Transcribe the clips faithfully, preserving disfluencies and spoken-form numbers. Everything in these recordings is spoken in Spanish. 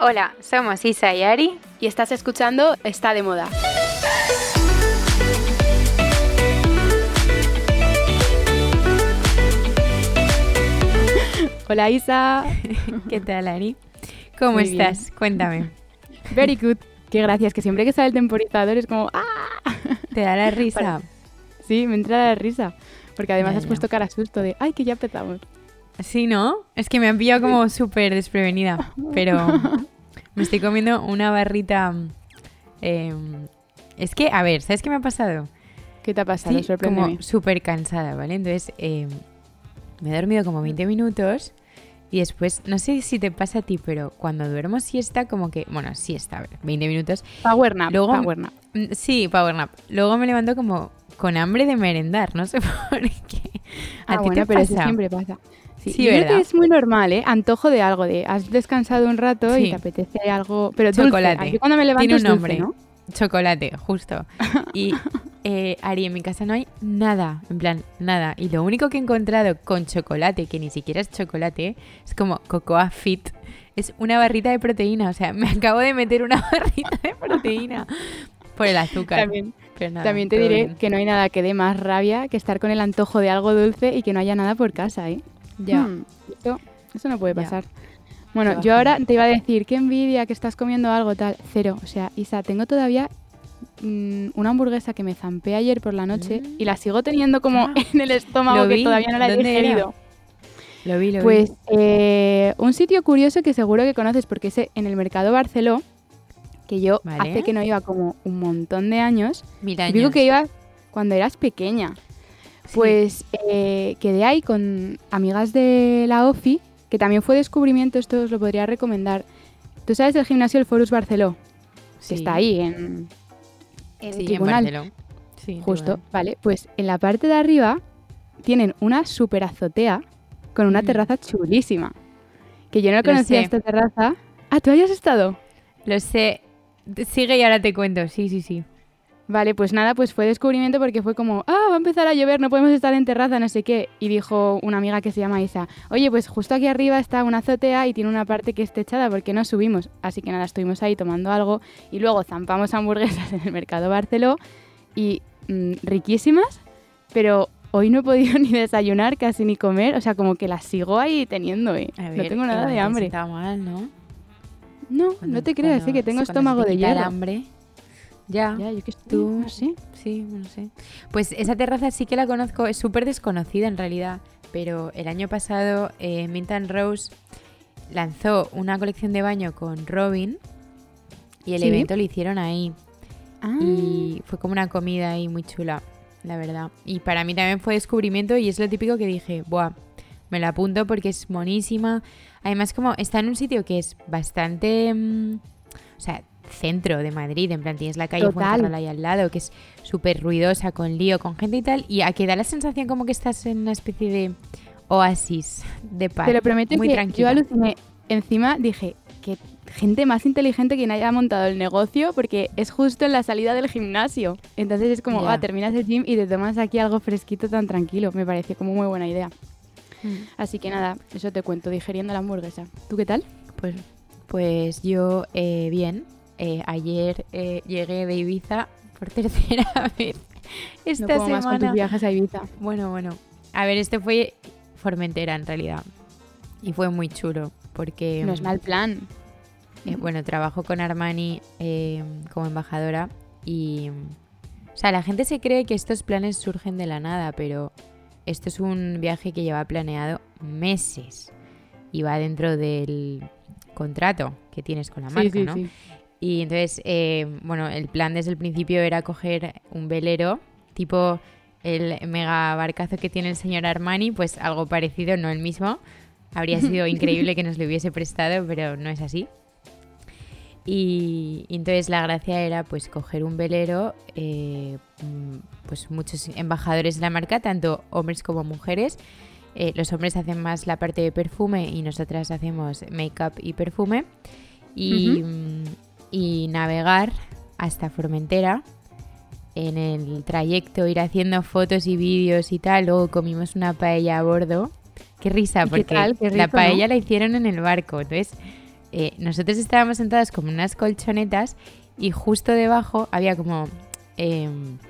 Hola, somos Isa y Ari y estás escuchando Está de Moda. Hola Isa. ¿Qué tal, Ari? ¿Cómo Muy estás? bien. Cuéntame. Very good. Qué gracias, que siempre que sale el temporizador es como ¡ah! ¿Te da la risa? Para- Sí, me entra la risa. Porque además Ya, has ya. puesto cara susto de ¡ay, que ya empezamos! Sí, ¿no? Es que me han pillado como súper desprevenida, pero me estoy comiendo una barrita. eh, es que, a ver, ¿sabes qué me ha pasado? ¿Qué te ha pasado? Estoy Sorpréndeme. como súper cansada, ¿vale? Entonces, eh, me he dormido como veinte minutos y después, no sé si te pasa a ti, pero cuando duermo siesta, como que, bueno, siesta, a ver, veinte minutos. Power nap, Luego- power nap. Mm, Sí, power nap. Luego me levanto como con hambre de merendar, no sé por qué. ¿A Ah, ti bueno, te pero eso pasa? siempre pasa. Sí, Sí, yo creo ¿verdad? que es muy normal, ¿eh? Antojo de algo, de has descansado un rato y Sí. te apetece algo, pero dulce. Chocolate. Yo cuando me levanto Tiene es un dulce, nombre. ¿no? Chocolate, justo. Y eh, Ari, en mi casa no hay nada, en plan, nada. Y lo único que he encontrado con chocolate, que ni siquiera es chocolate, es como Cocoa Fit. Es una barrita de proteína. O sea, me acabo de meter una barrita de proteína por el azúcar. También, Pero nada, también te todo diré bien. que no hay nada que dé más rabia que estar con el antojo de algo dulce y que no haya nada por casa, ¿eh? Ya. Hmm, eso, eso no puede Ya. pasar. Qué Bueno, bajón. yo ahora te iba a decir, qué envidia que estás comiendo algo tal. Cero. O sea, Isa, tengo todavía mm, una hamburguesa que me zampé ayer por la noche Mm. y la sigo teniendo como Ah, en el estómago lo que vi. todavía no la he ¿Dónde era? digerido. Lo vi, lo Pues vi. eh, un sitio curioso que seguro que conoces porque es en el Mercado Barceló, que yo Vale. hace que no iba como un montón de años. Mil Digo años. que iba cuando eras pequeña. Sí. Pues eh, quedé ahí con amigas de la OFI, que también fue descubrimiento, esto os lo podría recomendar. ¿Tú sabes el gimnasio El Forus Barceló? Sí. Que está ahí en, en Sí, en Tribunal. Barceló. Sí, Justo, Tribunal. vale. Pues en la parte de arriba tienen una super azotea con una Ujú. terraza chulísima. Que yo no Lo conocía sé. esta terraza. Ah, ¿tú hayas estado? Lo sé. Sigue y ahora te cuento. Sí, sí, sí. Vale, pues nada, pues fue descubrimiento porque fue como, ah, va a empezar a llover, no podemos estar en terraza, no sé qué. Y dijo una amiga que se llama Isa, oye, pues justo aquí arriba está una azotea y tiene una parte que es techada, ¿por qué no subimos? Así que nada, estuvimos ahí tomando algo y luego zampamos hamburguesas en el Mercado Barceló y mm, riquísimas, pero hoy no he podido ni desayunar, casi ni comer, o sea, como que las sigo ahí teniendo, ¿eh? A No ver, tengo nada igual de te hambre. sienta mal, ¿no? No, Cuando- no te creas, cuando- ¿eh? Que tengo cuando se estómago te de quita el hierro. hambre. Ya. Ya, yo que estoy, Tú, no sé. Sí, no sé. Pues esa terraza sí que la conozco, es súper desconocida en realidad, pero el año pasado eh, Mint and Rose lanzó una colección de baño con Robin y el ¿Sí? evento lo hicieron ahí Ah. y fue como una comida ahí muy chula, la verdad. Y para mí también fue descubrimiento y es lo típico que dije, buah, me la apunto porque es monísima. Además como está en un sitio que es bastante, mm, o sea, centro de Madrid, en plan tienes la calle Total. Fuencarral ahí al lado, que es súper ruidosa, con lío, con gente y tal, y a que da la sensación como que estás en una especie de oasis de paz. Te lo prometo muy que tranquila. yo aluciné. Encima dije, que gente más inteligente quien haya montado el negocio porque es justo en la salida del gimnasio. Entonces es como, Ya. ah, terminas el gym y te tomas aquí algo fresquito tan tranquilo. Me pareció como muy buena idea. Mm. Así que nada, eso te cuento, digeriendo la hamburguesa. ¿Tú qué tal? Pues, pues yo eh, bien. Eh, ayer eh, llegué de Ibiza por tercera vez esta no puedo más con semana. tus viajes a Ibiza. Bueno, bueno. A ver, este fue Formentera en realidad. Y fue muy chulo porque... No es mal plan. eh, bueno, trabajo con Armani eh, como embajadora y... O sea, la gente se cree que estos planes surgen de la nada, pero esto es un viaje que lleva planeado meses y va dentro del contrato que tienes con la marca, sí, sí, ¿no? sí. Y entonces, eh, bueno, el plan desde el principio era coger un velero, tipo el mega barcazo que tiene el señor Armani, pues algo parecido, no el mismo. Habría sido increíble que nos lo hubiese prestado, pero no es así. Y, y entonces la gracia era pues coger un velero, eh, mm, pues muchos embajadores de la marca, tanto hombres como mujeres. Eh, los hombres hacen más la parte de perfume y nosotras hacemos make-up y perfume. Y, Ujú. mm, y navegar hasta Formentera. En el trayecto ir haciendo fotos y vídeos y tal. Luego comimos una paella a bordo. Qué risa, ¿Y qué porque tal? Qué la rico, paella ¿no? la hicieron en el barco. Entonces eh, nosotros estábamos sentadas como en unas colchonetas y justo debajo había como... Eh,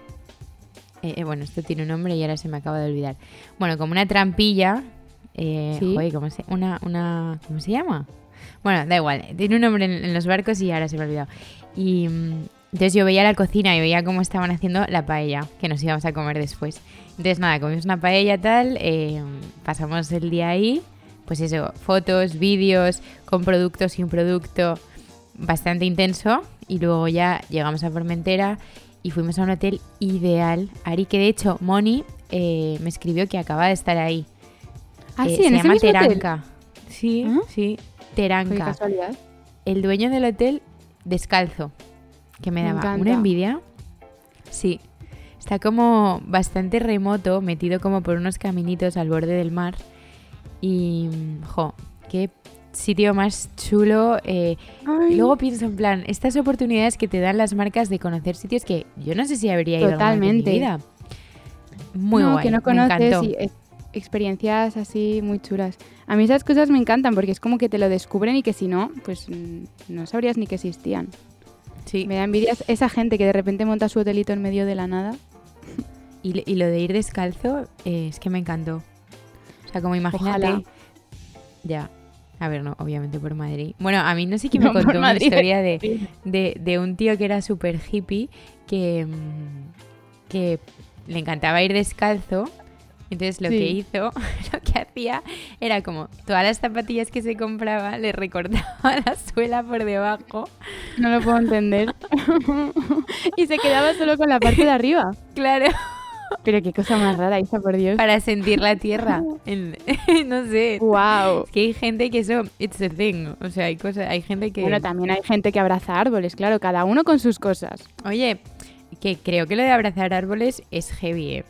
eh, bueno, esto tiene un nombre y ahora se me acaba de olvidar. Bueno, como una trampilla. Eh, ¿Sí? joder, ¿cómo se, una, una, ¿cómo se llama? Bueno, da igual. Tiene un nombre en, en los barcos y ahora se me ha olvidado. Y mm, entonces yo veía la cocina y veía cómo estaban haciendo la paella, que nos íbamos a comer después. Entonces nada, comimos una paella tal, eh, pasamos el día ahí. Pues eso, fotos, vídeos con productos y un producto bastante intenso. Y luego ya llegamos a Formentera y fuimos a un hotel ideal. Ari, que de hecho Moni eh, me escribió que acaba de estar ahí. Ah, Eh, sí, en se ese llama mismo hotel. Teranca. Sí, ¿Ah? sí, Qué Teranca. casualidad. El dueño del hotel descalzo, que me Me daba encanta. una envidia. Sí, está como bastante remoto, metido como por unos caminitos al borde del mar. Y, jo, qué sitio más chulo. eh, Ay, Y luego pienso en plan, estas oportunidades que te dan las marcas de conocer sitios que yo no sé si habría ido alguna vez en mi Totalmente. vida. Muy no, guay, que no me conoces encantó. y eh, experiencias así muy chulas. A mí esas cosas me encantan porque es como que te lo descubren y que si no, pues mm, no sabrías ni que existían. Sí. Me da envidia esa gente que de repente monta su hotelito en medio de la nada. Y, y lo de ir descalzo eh, es que me encantó. O sea, como imagínate. Ojalá. Ya. A ver, no, obviamente por Madrid. Bueno, a mí no sé quién me No, por contó una Madrid. historia de, de, de un tío que era súper hippie que, mm, que le encantaba ir descalzo. Entonces lo Sí. que hizo, lo que hacía era como todas las zapatillas que se compraba, le recortaba la suela por debajo. No lo puedo entender. Y se quedaba solo con la parte de arriba. Claro. Pero qué cosa más rara, Isa, por Dios. Para sentir la tierra. En- no sé. Wow. Es que hay gente que eso, it's a thing. O sea, hay cosas, hay gente que... Bueno, también hay gente que abraza árboles, claro, cada uno con sus cosas. Oye, que creo que lo de abrazar árboles es heavy, ¿eh?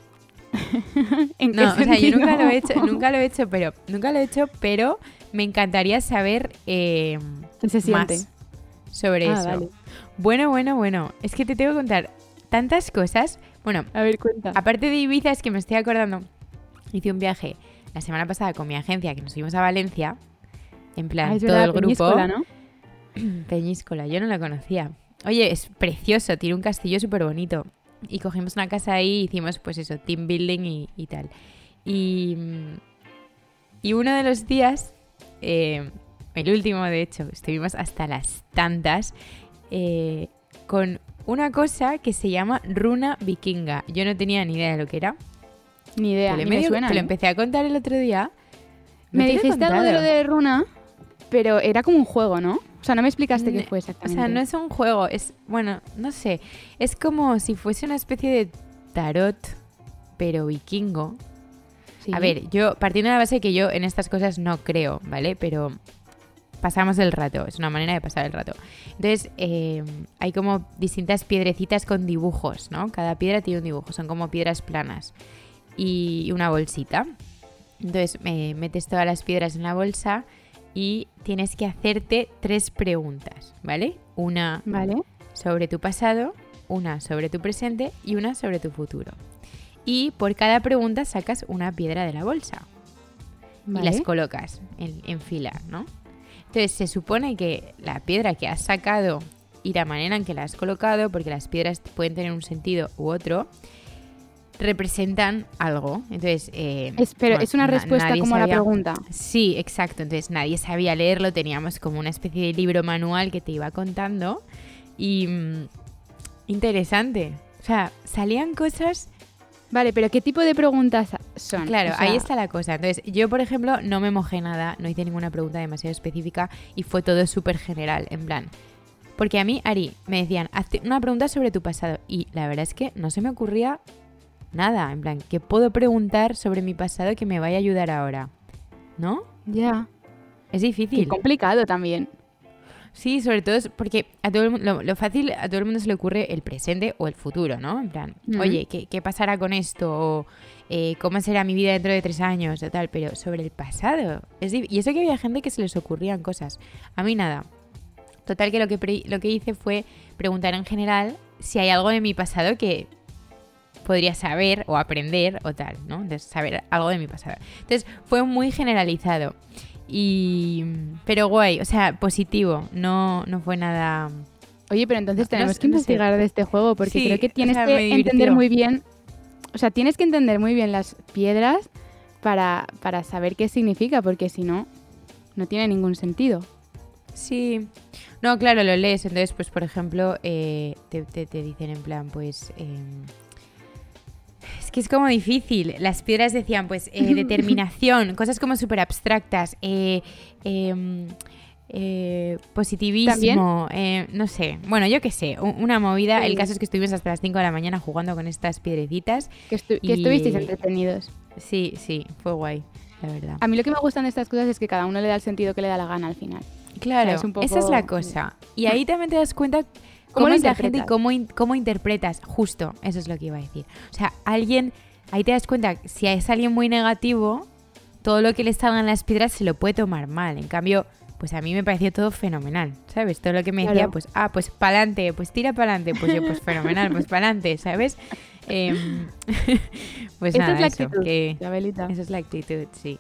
¿En qué No, o sea, yo sentido? nunca lo he hecho, nunca lo he hecho, pero nunca lo he hecho, pero me encantaría saber eh, ¿Qué se siente? más sobre Ah, eso. vale. Bueno, bueno, bueno. Es que te tengo que contar tantas cosas. Bueno, A ver, cuenta. aparte de Ibiza, es que me estoy acordando. Hice un viaje la semana pasada con mi agencia, que nos fuimos a Valencia. En plan, Ah, es todo verdad, el grupo. Peñíscola, ¿no? Peñíscola, yo no la conocía. Oye, es precioso, tiene un castillo súper bonito. Y cogimos una casa ahí y hicimos, pues eso, team building y, y tal. Y, mm, y uno de los días, eh, el último de hecho, estuvimos hasta las tantas, eh, con una cosa que se llama runa vikinga. Yo no tenía ni idea de lo que era. Ni idea, Te lo, ni me medio- suena. te lo ¿eh? empecé a contar el otro día. ¿No Me te lo he dijiste algo de lo contado? de runa, pero era como un juego, ¿no? O sea, no me explicaste qué Ne- fue O exactamente. sea, no es un juego, es, bueno, no sé, es como si fuese una especie de tarot, pero vikingo. Sí. A ver, yo, partiendo de la base que yo en estas cosas no creo, ¿vale? Pero pasamos el rato, es una manera de pasar el rato. Entonces, eh, hay como distintas piedrecitas con dibujos, ¿no? Cada piedra tiene un dibujo, son como piedras planas y una bolsita. Entonces, eh, metes todas las piedras en la bolsa y tienes que hacerte tres preguntas, ¿vale? Una Vale. sobre tu pasado, una sobre tu presente y una sobre tu futuro. Y por cada pregunta sacas una piedra de la bolsa Vale. y las colocas en, en fila, ¿no? Entonces se supone que la piedra que has sacado y la manera en que la has colocado, porque las piedras pueden tener un sentido u otro, representan algo. Entonces, eh, Es, pero bueno, es una na- respuesta nadie como a la sabía- pregunta. Sí, exacto. Entonces nadie sabía leerlo, teníamos como una especie de libro manual que te iba contando y mm, interesante. O sea, salían cosas... Vale, pero ¿qué tipo de preguntas son? Claro, O sea, ahí está la cosa. Entonces, yo, por ejemplo, no me mojé nada, no hice ninguna pregunta demasiado específica y fue todo súper general, en plan... Porque a mí, Ari, me decían, hazte una pregunta sobre tu pasado y la verdad es que no se me ocurría nada, en plan, ¿qué puedo preguntar sobre mi pasado que me vaya a ayudar ahora? ¿No? Ya. Es Qué difícil. complicado también. Sí, sobre todo es porque a todo el mundo, lo, lo fácil a todo el mundo se le ocurre el presente o el futuro, ¿no? En plan, Ujú. oye, ¿qué, qué pasará con esto? O eh, ¿cómo será mi vida dentro de tres años? O tal, pero sobre el pasado. Es dif- y eso que había gente que se les ocurrían cosas. A mí nada. Total que lo que, pre- lo que hice fue preguntar en general si hay algo de mi pasado que podría saber o aprender o tal, ¿no? Entonces, saber algo de mi pasado. Entonces, fue muy generalizado. Y... Pero guay, o sea, positivo. No, no fue nada... Oye, pero entonces No, tenemos no que sé. investigar de este juego porque Sí, creo que o tienes sea, que me divirtió. entender muy bien, o sea, tienes que entender muy bien las piedras para, para saber qué significa, porque si no, no tiene ningún sentido. Sí. No, claro, lo lees. Entonces, pues, por ejemplo, eh, te, te, te dicen en plan, pues... eh, es que es como difícil. Las piedras decían, pues, eh, determinación, cosas como súper abstractas, eh, eh, eh, positivismo, eh, no sé. Bueno, yo qué sé, u- una movida. Sí. El caso es que estuvimos hasta las cinco de la mañana jugando con estas piedrecitas. Que, estu- que Y- estuvisteis entretenidos. Sí, sí, fue guay, la verdad. A mí lo que me gustan de estas cosas es que cada uno le da el sentido que le da la gana al final. Claro, o sea, es un poco- esa es la cosa. Y ahí también te das cuenta cómo, lo es la gente y interpretas? cómo, in- cómo interpretas. Justo, eso es lo que iba a decir. O sea, alguien, ahí te das cuenta, si es alguien muy negativo, todo lo que le salga en las piedras se lo puede tomar mal. En cambio, pues a mí me pareció todo fenomenal, ¿sabes? Todo lo que me decía, Claro. pues, ah, pues pa'lante, pues tira pa'lante, pues yo, pues fenomenal, pues pa'lante, ¿sabes? Em, pues Esa nada, es la eso, actitud, que... Isabelita. Esa es la actitud, sí.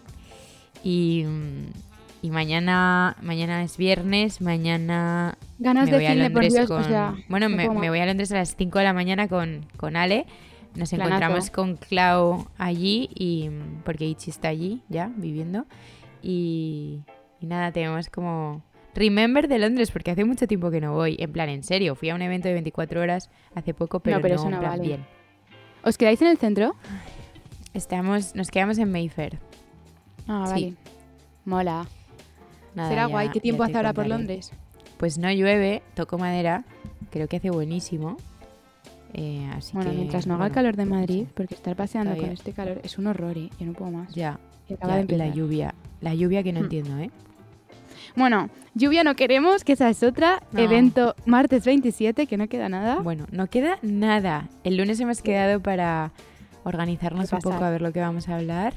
Y, mm, y mañana, mañana es viernes, mañana Ganas me de voy a cine, por Londres Dios, con... o sea, bueno, no me, puedo me más. voy a Londres a las cinco de la mañana con, con Ale. Nos Planazo. encontramos con Clau allí, y porque Ichi está allí ya, viviendo. Y, y nada, tenemos como... Remember de Londres, porque hace mucho tiempo que no voy. En plan, en serio, fui a un evento de veinticuatro horas hace poco, pero no, pero eso en no plan vale. bien. ¿Os quedáis en el centro? Estamos, nos quedamos en Mayfair. Ah, Sí. vale. Mola. Nada, Será ya- guay. ¿Qué ya tiempo te hace ahora por contaré. Londres? Pues no llueve, toco madera, creo que hace buenísimo. Eh, así Bueno, que, mientras no haga bueno, el calor de no Madrid, sé. porque estar paseando Todavía. con este calor es un horror, ¿eh? Yo no puedo más. Ya, Y acaba ya, de y la empezar. lluvia, la lluvia que no Hmm. entiendo, ¿eh? Bueno, lluvia no queremos, que esa es otra. No. Evento martes veintisiete, que no queda nada. Bueno, no queda nada. El lunes hemos quedado para organizarnos un Repasar. poco a ver lo que vamos a hablar.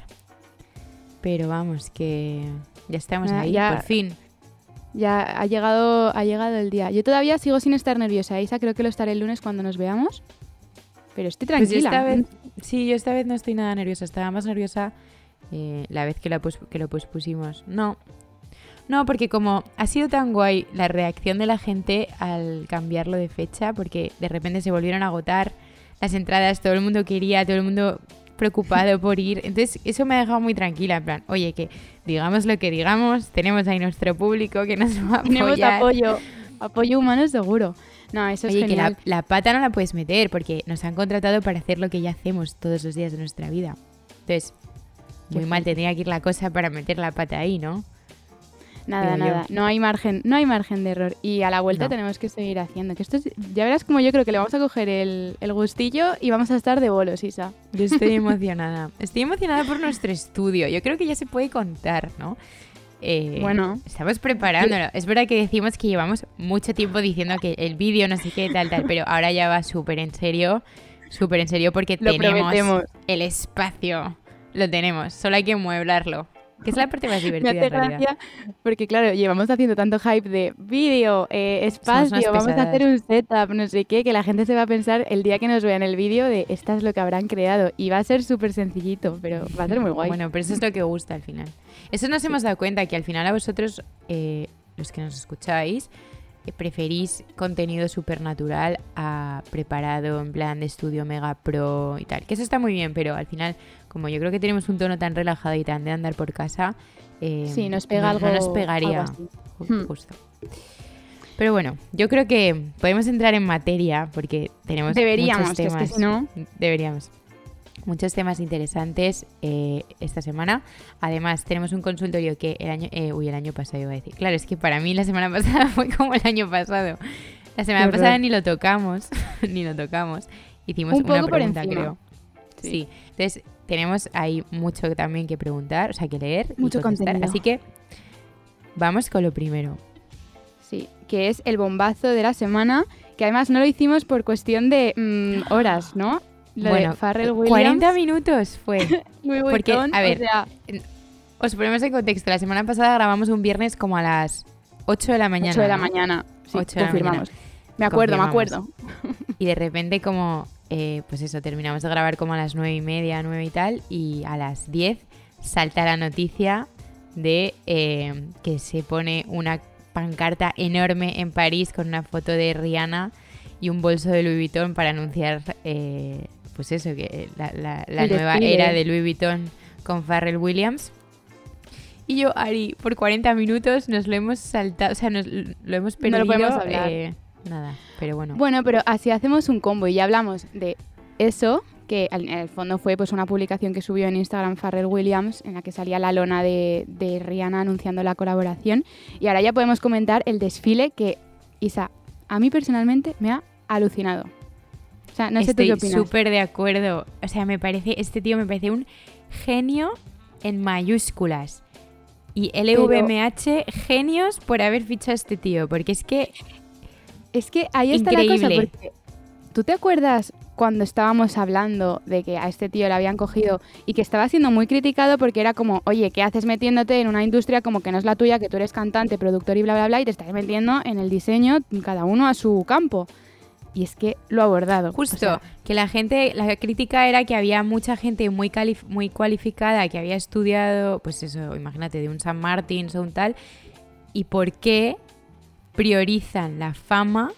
Pero vamos, que ya estamos Nada, ahí, ya- por fin. Ya ha llegado, ha llegado el día. Yo todavía sigo sin estar nerviosa, Isa. Creo que lo estaré el lunes cuando nos veamos. Pero estoy Pues yo tranquila. esta vez, sí, yo esta vez no estoy nada nerviosa. Estaba más nerviosa eh, la vez que, la pos- que lo pospusimos. No, no, porque como ha sido tan guay la reacción de la gente al cambiarlo de fecha, porque de repente se volvieron a agotar las entradas, todo el mundo quería, todo el mundo preocupado por ir. Entonces eso me ha dejado muy tranquila, en plan, oye, que digamos lo que digamos, tenemos ahí nuestro público que nos va a Tenemos apoyar. apoyo. Apoyo humano seguro. No, eso es Oye, que genial. la, la pata no la puedes meter porque nos han contratado para hacer lo que ya hacemos todos los días de nuestra vida. Entonces, Qué muy mal fuerte. tendría que ir la cosa para meter la pata ahí, ¿no? Nada, digo yo. nada. No hay margen, no hay margen de error. Y a la vuelta No. tenemos que seguir haciendo. Que esto es- ya verás como yo creo que le vamos a coger el, el gustillo y vamos a estar de bolos, Isa. Yo estoy emocionada. Estoy emocionada por nuestro estudio. Yo creo que ya se puede contar, ¿no? Eh, Bueno. Estamos preparándolo. Es verdad que decimos que llevamos mucho tiempo diciendo que el vídeo no sé qué, tal, tal, pero ahora ya va súper en serio, súper en serio porque Lo tenemos prometemos. el espacio. Lo tenemos, solo hay que mueblarlo. Que es la parte más Me divertida hace en realidad. gracia porque, claro, llevamos haciendo tanto hype de vídeo, eh, unas espacio, vamos a pesadas. hacer un setup, no sé qué, que la gente se va a pensar el día que nos vean el vídeo de esta es lo que habrán creado. Y va a ser súper sencillito, pero va a ser muy guay. Bueno, pero eso es lo que gusta al final. Eso nos hemos dado cuenta, que al final a vosotros, eh, los que nos escucháis, eh, preferís contenido súper natural a preparado, en plan de estudio mega pro y tal. Que eso está muy bien, pero al final, como yo creo que tenemos un tono tan relajado y tan de andar por casa, eh, Sí, nos pega no, algo, no nos pegaría. algo así. Ju- Hmm. Justo. Pero bueno, yo creo que podemos entrar en materia porque tenemos Deberíamos, muchos que es temas. que si no... Deberíamos. Muchos temas interesantes eh, esta semana. Además, tenemos un consultorio que el año... eh, uy, el año pasado iba a decir. Claro, es que para mí la semana pasada fue como el año pasado. La semana Qué pasada horror. ni lo tocamos. Ni lo tocamos. Hicimos Un una poco por pregunta, encima. creo. Sí. Sí. Entonces, tenemos ahí mucho también que preguntar, o sea, que leer Mucho y contestar. contenido. Así que vamos con lo primero. Sí, que es el bombazo de la semana, que además no lo hicimos por cuestión de mm, horas, ¿no? Lo bueno, de Pharrell Williams. cuarenta minutos fue. Louis porque, Vuitton, a ver, o sea, Os ponemos en contexto. La semana pasada grabamos un viernes como a las ocho de la mañana. ocho de la ¿no? mañana. Sí, ocho de la confirmamos. Me acuerdo, me Confirmamos. acuerdo. Y de repente como, eh, pues eso, terminamos de grabar como a las nueve y media, nueve y tal, y a las diez salta la noticia de eh, que se pone una pancarta enorme en París con una foto de Rihanna y un bolso de Louis Vuitton para anunciar, eh, pues eso, que la, la, la nueva desfile. era de Louis Vuitton con Pharrell Williams. Y yo, Ari, por cuarenta minutos nos lo hemos saltado, o sea, nos lo hemos perdido. No lo podemos hablar. Eh, nada, pero bueno. Bueno, pero así hacemos un combo y ya hablamos de eso, que en el fondo fue pues una publicación que subió en Instagram Pharrell Williams, en la que salía la lona de, de Rihanna anunciando la colaboración. Y ahora ya podemos comentar el desfile que, Isa, a mí personalmente me ha alucinado. O sea, no sé tú qué opinas. Estoy súper de acuerdo. O sea, me parece, este tío me parece un genio en mayúsculas. Y L V M H, pero... genios por haber fichado a este tío, porque es que... Es que ahí está increíble. La cosa, porque ¿tú te acuerdas cuando estábamos hablando de que a este tío le habían cogido y que estaba siendo muy criticado porque era como, oye, ¿qué haces metiéndote en una industria como que no es la tuya, que tú eres cantante, productor y bla, bla, bla, y te estás metiendo en el diseño, cada uno a su campo? Y es que lo ha abordado. Justo, o sea, que la gente, la crítica era que había mucha gente muy, calif- muy cualificada que había estudiado, pues eso, imagínate, de un San Martín o un tal, y por qué priorizan la fama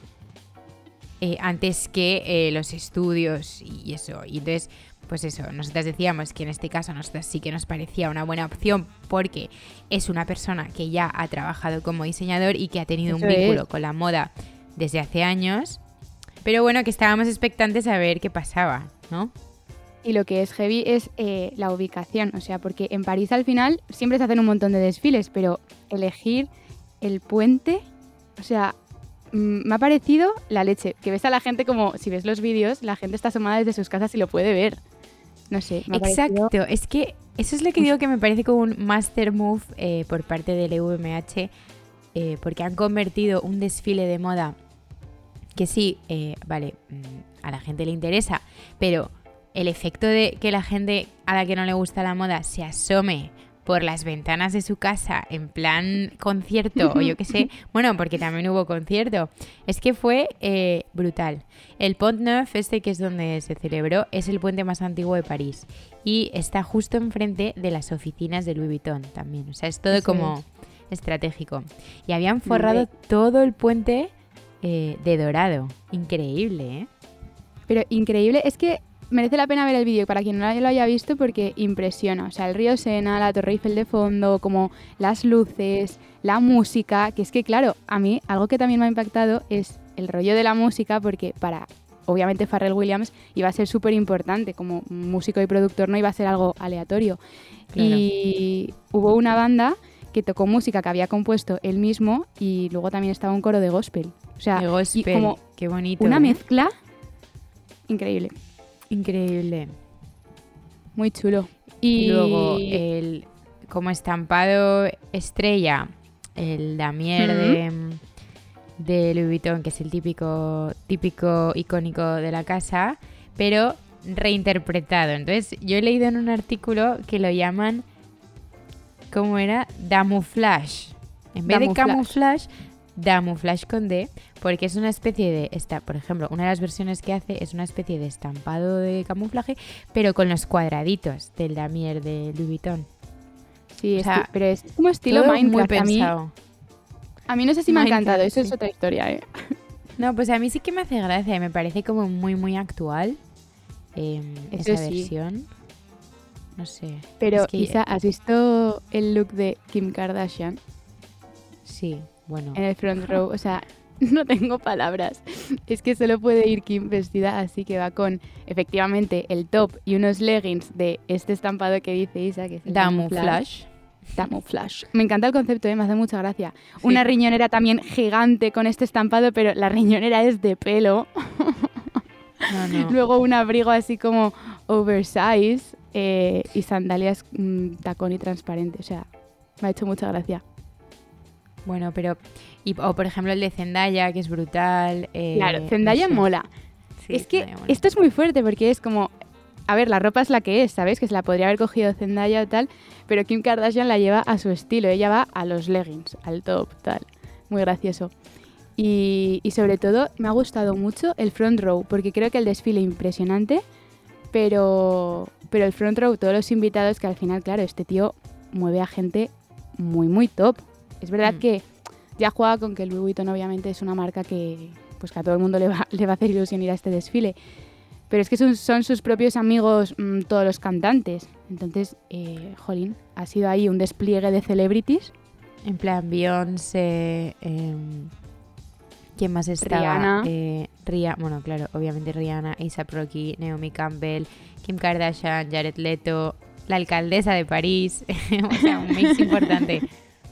eh, antes que eh, los estudios y eso. Y entonces, pues eso, nosotras decíamos que en este caso a nosotras sí que nos parecía una buena opción porque es una persona que ya ha trabajado como diseñador y que ha tenido eso un vínculo es. con la moda desde hace años. Pero bueno, que estábamos expectantes a ver qué pasaba, ¿no? Y lo que es heavy es eh, la ubicación, o sea, porque en París al final siempre se hacen un montón de desfiles, pero elegir el puente, o sea, mmm, me ha parecido la leche. Que ves a la gente como, si ves los vídeos, la gente está asomada desde sus casas y lo puede ver. No sé, me ha Exacto, parecido... es que eso es lo que digo que me parece como un master move eh, por parte del L V M H, eh, porque han convertido un desfile de moda que sí, eh, vale, a la gente le interesa, pero el efecto de que la gente a la que no le gusta la moda se asome por las ventanas de su casa en plan concierto o yo qué sé, bueno, porque también hubo concierto, es que fue eh, brutal. El Pont Neuf, este que es donde se celebró, es el puente más antiguo de París y está justo enfrente de las oficinas de Louis Vuitton también, o sea, es todo Eso como es. estratégico. Y habían forrado todo el puente eh, de dorado, increíble, ¿eh? Pero increíble, es que merece la pena ver el vídeo para quien no lo haya visto porque impresiona. O sea, el río Sena, la Torre Eiffel de fondo, como las luces, la música, que es que claro, a mí algo que también me ha impactado es el rollo de la música porque para, obviamente Pharrell Williams iba a ser súper importante como músico y productor, no iba a ser algo aleatorio. Claro. Y hubo una banda que tocó música que había compuesto él mismo y luego también estaba un coro de gospel. O sea, De gospel, y como qué bonito. una ¿eh? mezcla increíble. Increíble. Muy chulo. Y Y luego el como estampado estrella, el damier de, de Louis Vuitton, que es el típico, típico icónico de la casa, pero reinterpretado. Entonces, yo he leído en un artículo que lo llaman, ¿cómo era? Damouflage. En vez Damouflage. de camouflage, Damouflage con D, porque es una especie de, esta, por ejemplo, una de las versiones que hace es una especie de estampado de camuflaje, pero con los cuadraditos del damier de Louis Vuitton. sí, o sea, esti- pero es como estilo Todo Minecraft. muy A mí, pensado. a mí no sé si me ha Minecraft, encantado, eso sí. es otra historia, ¿eh? No, pues a mí sí que me hace gracia y me parece como muy, muy actual eh, Eso esa sí. versión. No sé. Pero, es que, Isa, ¿has visto el look de Kim Kardashian sí, bueno. en el front row? O sea, no tengo palabras. Es que solo puede ir Kim vestida así, que va con, efectivamente, el top y unos leggings de este estampado que dice Isa, que es el Damouflage. Damouflage. Me encanta el concepto, ¿eh? Me hace mucha gracia. Una riñonera también gigante con este estampado, pero la riñonera es de pelo. No, no. Luego un abrigo así como oversize eh, y sandalias mm, tacón y transparente. O sea, me ha hecho mucha gracia. Bueno, pero... Y, o por ejemplo el de Zendaya, que es brutal. eh, Claro, Zendaya no sé. mola. Sí, es que Zendaya mola. esto es muy fuerte porque es como... A ver, la ropa es la que es, ¿sabes? Que se la podría haber cogido Zendaya o tal, pero Kim Kardashian la lleva a su estilo. Ella va a los leggings, al top, tal. Muy gracioso. Y, y sobre todo me ha gustado mucho el front row, porque creo que el desfile impresionante, pero, pero el front row, todos los invitados, que al final, claro, este tío mueve a gente muy, muy top. Es verdad Mm. que ya juega con que Louis Vuitton obviamente es una marca que, pues que a todo el mundo le va, le va a hacer ilusión ir a este desfile. Pero es que son, son sus propios amigos mmm, todos los cantantes. Entonces, eh, jolín, ha sido ahí un despliegue de celebrities. En plan, Beyoncé, eh, ¿quién más estaba? Rihanna. Eh, Ria- bueno, claro, obviamente Rihanna, A$AP Rocky, Naomi Campbell, Kim Kardashian, Jared Leto, la alcaldesa de París. O sea, un mix importante.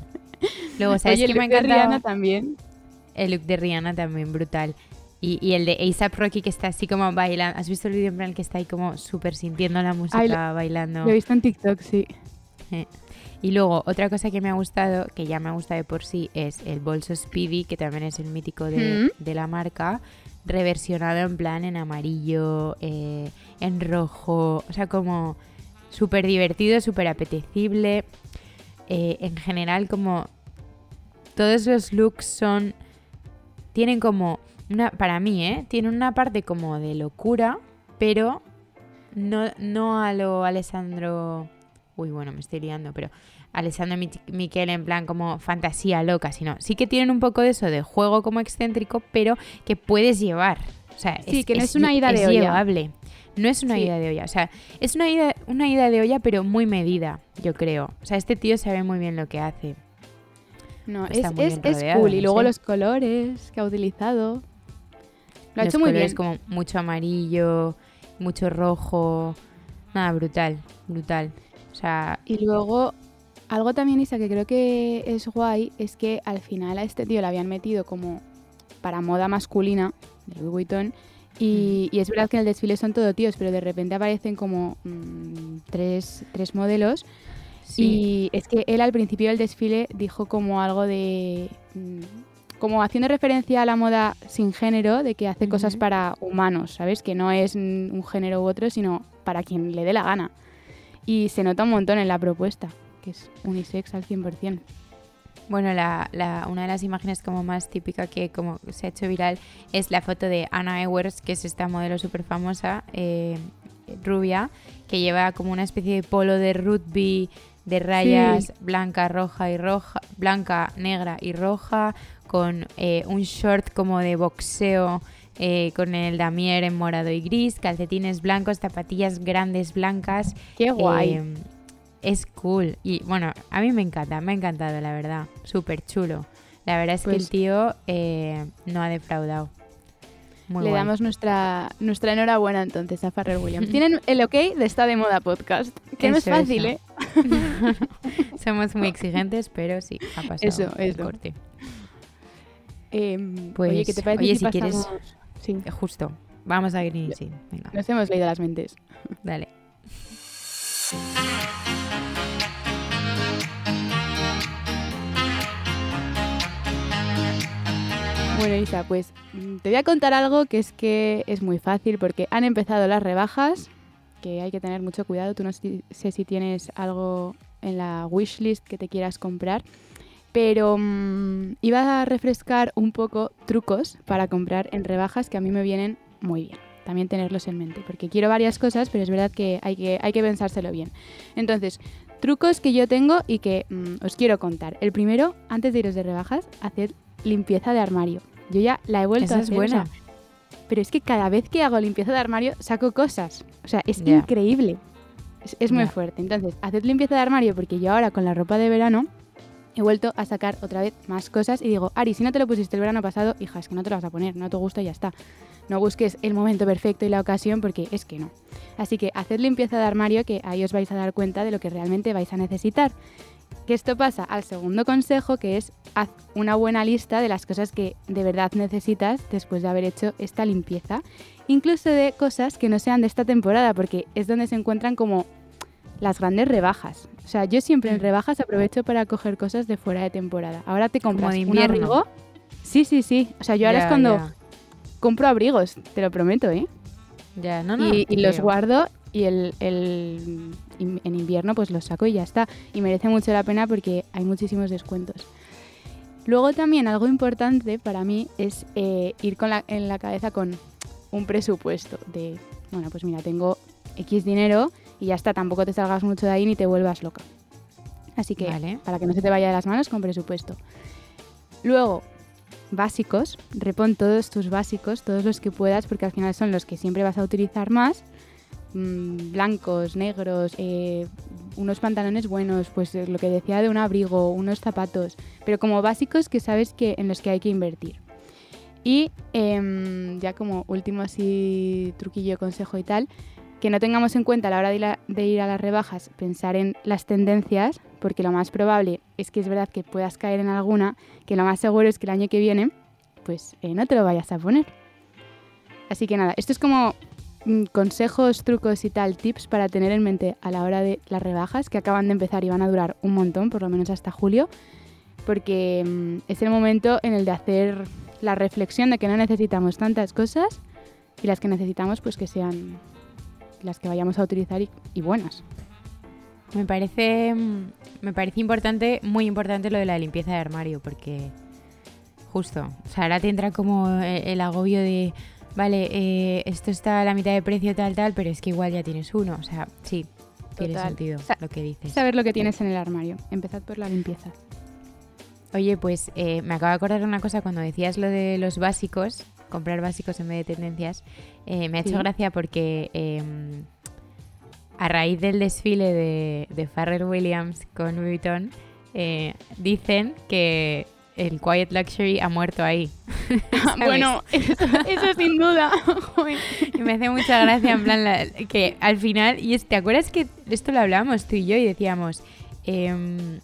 Luego, ¿sabes Oye, qué el me ha look de encantado? Rihanna también. El look de Rihanna también brutal. Y, y el de A$AP Rocky que está así como bailando. ¿Has visto el vídeo en plan que está ahí como súper sintiendo la música, Ay, lo- bailando? Lo he visto en TikTok, sí. Eh. Y luego, otra cosa que me ha gustado, que ya me ha gustado de por sí, es el bolso Speedy, que también es el mítico de, Mm. de la marca, reversionado en plan en amarillo, eh, en rojo, o sea, como súper divertido, súper apetecible. Eh, en general, como todos los looks son, tienen como, una para mí, ¿eh? Tienen una parte como de locura, pero no, no a lo Alessandro... Uy, bueno, me estoy liando, pero Alessandro Mi- Michele en plan como fantasía loca, sino sí que tienen un poco de eso, de juego como excéntrico, pero que puedes llevar. O sea, Sí, que no es una ida es de olla. llevable. No es una Sí. ida de olla. O sea, es una ida, una ida de olla, pero muy medida, yo creo. O sea, este tío sabe muy bien lo que hace. No, Está es, muy es, bien es rodeado, cool. Y no luego sé. los colores que ha utilizado. Lo ha Los hecho muy colores bien. como mucho amarillo, mucho rojo. Nada, brutal, brutal. O sea, Y luego, algo también, Isa, que creo que es guay, es que al final a este tío le habían metido como para moda masculina de Louis Vuitton. Y, y es verdad que en el desfile son todo tíos, pero de repente aparecen como mmm, tres, tres modelos. sí. Y es que él al principio del desfile dijo como algo de... mmm, como haciendo referencia a la moda sin género, de que hace Ujú. cosas para humanos, ¿sabes? Que no es mm, un género u otro, sino para quien le dé la gana. Y se nota un montón en la propuesta, que es unisex al cien por ciento. Bueno, la, la, una de las imágenes como más típica que como se ha hecho viral es la foto de Anna Ewers, que es esta modelo súper famosa, eh, rubia, que lleva como una especie de polo de rugby de rayas Sí. blanca, roja y roja, blanca, negra y roja, con eh, un short como de boxeo eh, con el damier en morado y gris, calcetines blancos, zapatillas grandes blancas. ¡Qué guay! Eh, es cool. Y bueno, a mí me encanta, me ha encantado, la verdad. Súper chulo. La verdad es Pues- que el tío eh, no ha defraudado. Muy Le guay. damos nuestra, nuestra enhorabuena entonces a Pharrell Williams. Tienen el ok de Está de Moda Podcast, que no es Eso, fácil, eso. ¿eh? Somos muy exigentes, pero sí, ha pasado Eso, el eso. corte. Eh, Pues, oye, ¿qué te parece oye, si, si quieres- pasamos? Sí, Eh, Justo. Vamos a Green sí. Venga, nos hemos leído las mentes. dale. Bueno, Isa, pues mm, te voy a contar algo que es que es muy fácil porque han empezado las rebajas, que hay que tener mucho cuidado. Tú no sé sé si tienes algo en la wishlist que te quieras comprar, pero mm, iba a refrescar un poco trucos para comprar en rebajas que a mí me vienen muy bien. También tenerlos en mente, porque quiero varias cosas, pero es verdad que hay que, hay que pensárselo bien. Entonces, trucos que yo tengo y que mm, os quiero contar. El primero, antes de iros de rebajas, hacer limpieza de armario. Yo ya la he vuelto Esa a es hacer, buena. o sea, pero es que cada vez que hago limpieza de armario saco cosas. O sea, es Ya. increíble. Es, es muy Ya. fuerte. Entonces, haced limpieza de armario porque yo ahora con la ropa de verano he vuelto a sacar otra vez más cosas y digo, Ari, si no te lo pusiste el verano pasado, hija, es que no te lo vas a poner, no te gusta y ya está. No busques el momento perfecto y la ocasión porque es que no. Así que haced limpieza de armario que ahí os vais a dar cuenta de lo que realmente vais a necesitar. Que esto pasa al segundo consejo, que es haz una buena lista de las cosas que de verdad necesitas después de haber hecho esta limpieza. Incluso de cosas que no sean de esta temporada, porque es donde se encuentran como las grandes rebajas. O sea, yo siempre en Mm. rebajas aprovecho para coger cosas de fuera de temporada. Ahora te compras de un invierno. abrigo. Sí, sí, sí. O sea, yo ahora Ya, es cuando ya. compro abrigos, te lo prometo, ¿eh? Ya, no, no. y te y los creo. guardo y el, el- in- en invierno pues los saco y ya está. Y merece mucho la pena porque hay muchísimos descuentos. Luego también algo importante para mí es eh, ir con la, en la cabeza con un presupuesto de, bueno, pues mira, tengo X dinero y ya está, tampoco te salgas mucho de ahí ni te vuelvas loca. Así que Vale. para que no se te vaya de las manos, con presupuesto. Luego, básicos. Repon todos tus básicos, todos los que puedas, porque al final son los que siempre vas a utilizar más. Mm, blancos, negros, eh, unos pantalones buenos, pues eh, lo que decía de un abrigo, unos zapatos. Pero como básicos que sabes que en los que hay que invertir. Y eh, ya como último así truquillo, consejo y tal, que no tengamos en cuenta a la hora de, la, de ir a las rebajas pensar en las tendencias, porque lo más probable es que es verdad que puedas caer en alguna, que lo más seguro es que el año que viene pues eh, no te lo vayas a poner. Así que nada, esto es como mm, consejos, trucos y tal, tips para tener en mente a la hora de las rebajas, que acaban de empezar y van a durar un montón, por lo menos hasta julio, porque mm, es el momento en el de hacer la reflexión de que no necesitamos tantas cosas y las que necesitamos pues que sean las que vayamos a utilizar y, y buenas. Me parece, me parece importante, muy importante lo de la limpieza de armario, porque justo, o sea, ahora te entra como el agobio de, vale, eh, esto está a la mitad de precio tal, tal, pero es que igual ya tienes uno, o sea, sí, tiene Total. sentido Sa- lo que dices. Saber lo que tienes en el armario. Empezad por la limpieza. Oye, pues eh, me acabo de acordar una cosa cuando decías lo de los básicos, comprar básicos en vez de tendencias, eh, me ha hecho Sí. gracia porque eh, a raíz del desfile de, de Pharrell Williams con Louis Vuitton, eh, dicen que el Quiet Luxury ha muerto ahí. ¿Sabes? Bueno, eso, eso sin duda. Joder. Y me hace mucha gracia, en plan, la- que al final, y es- ¿te acuerdas que esto lo hablábamos tú y yo y decíamos em,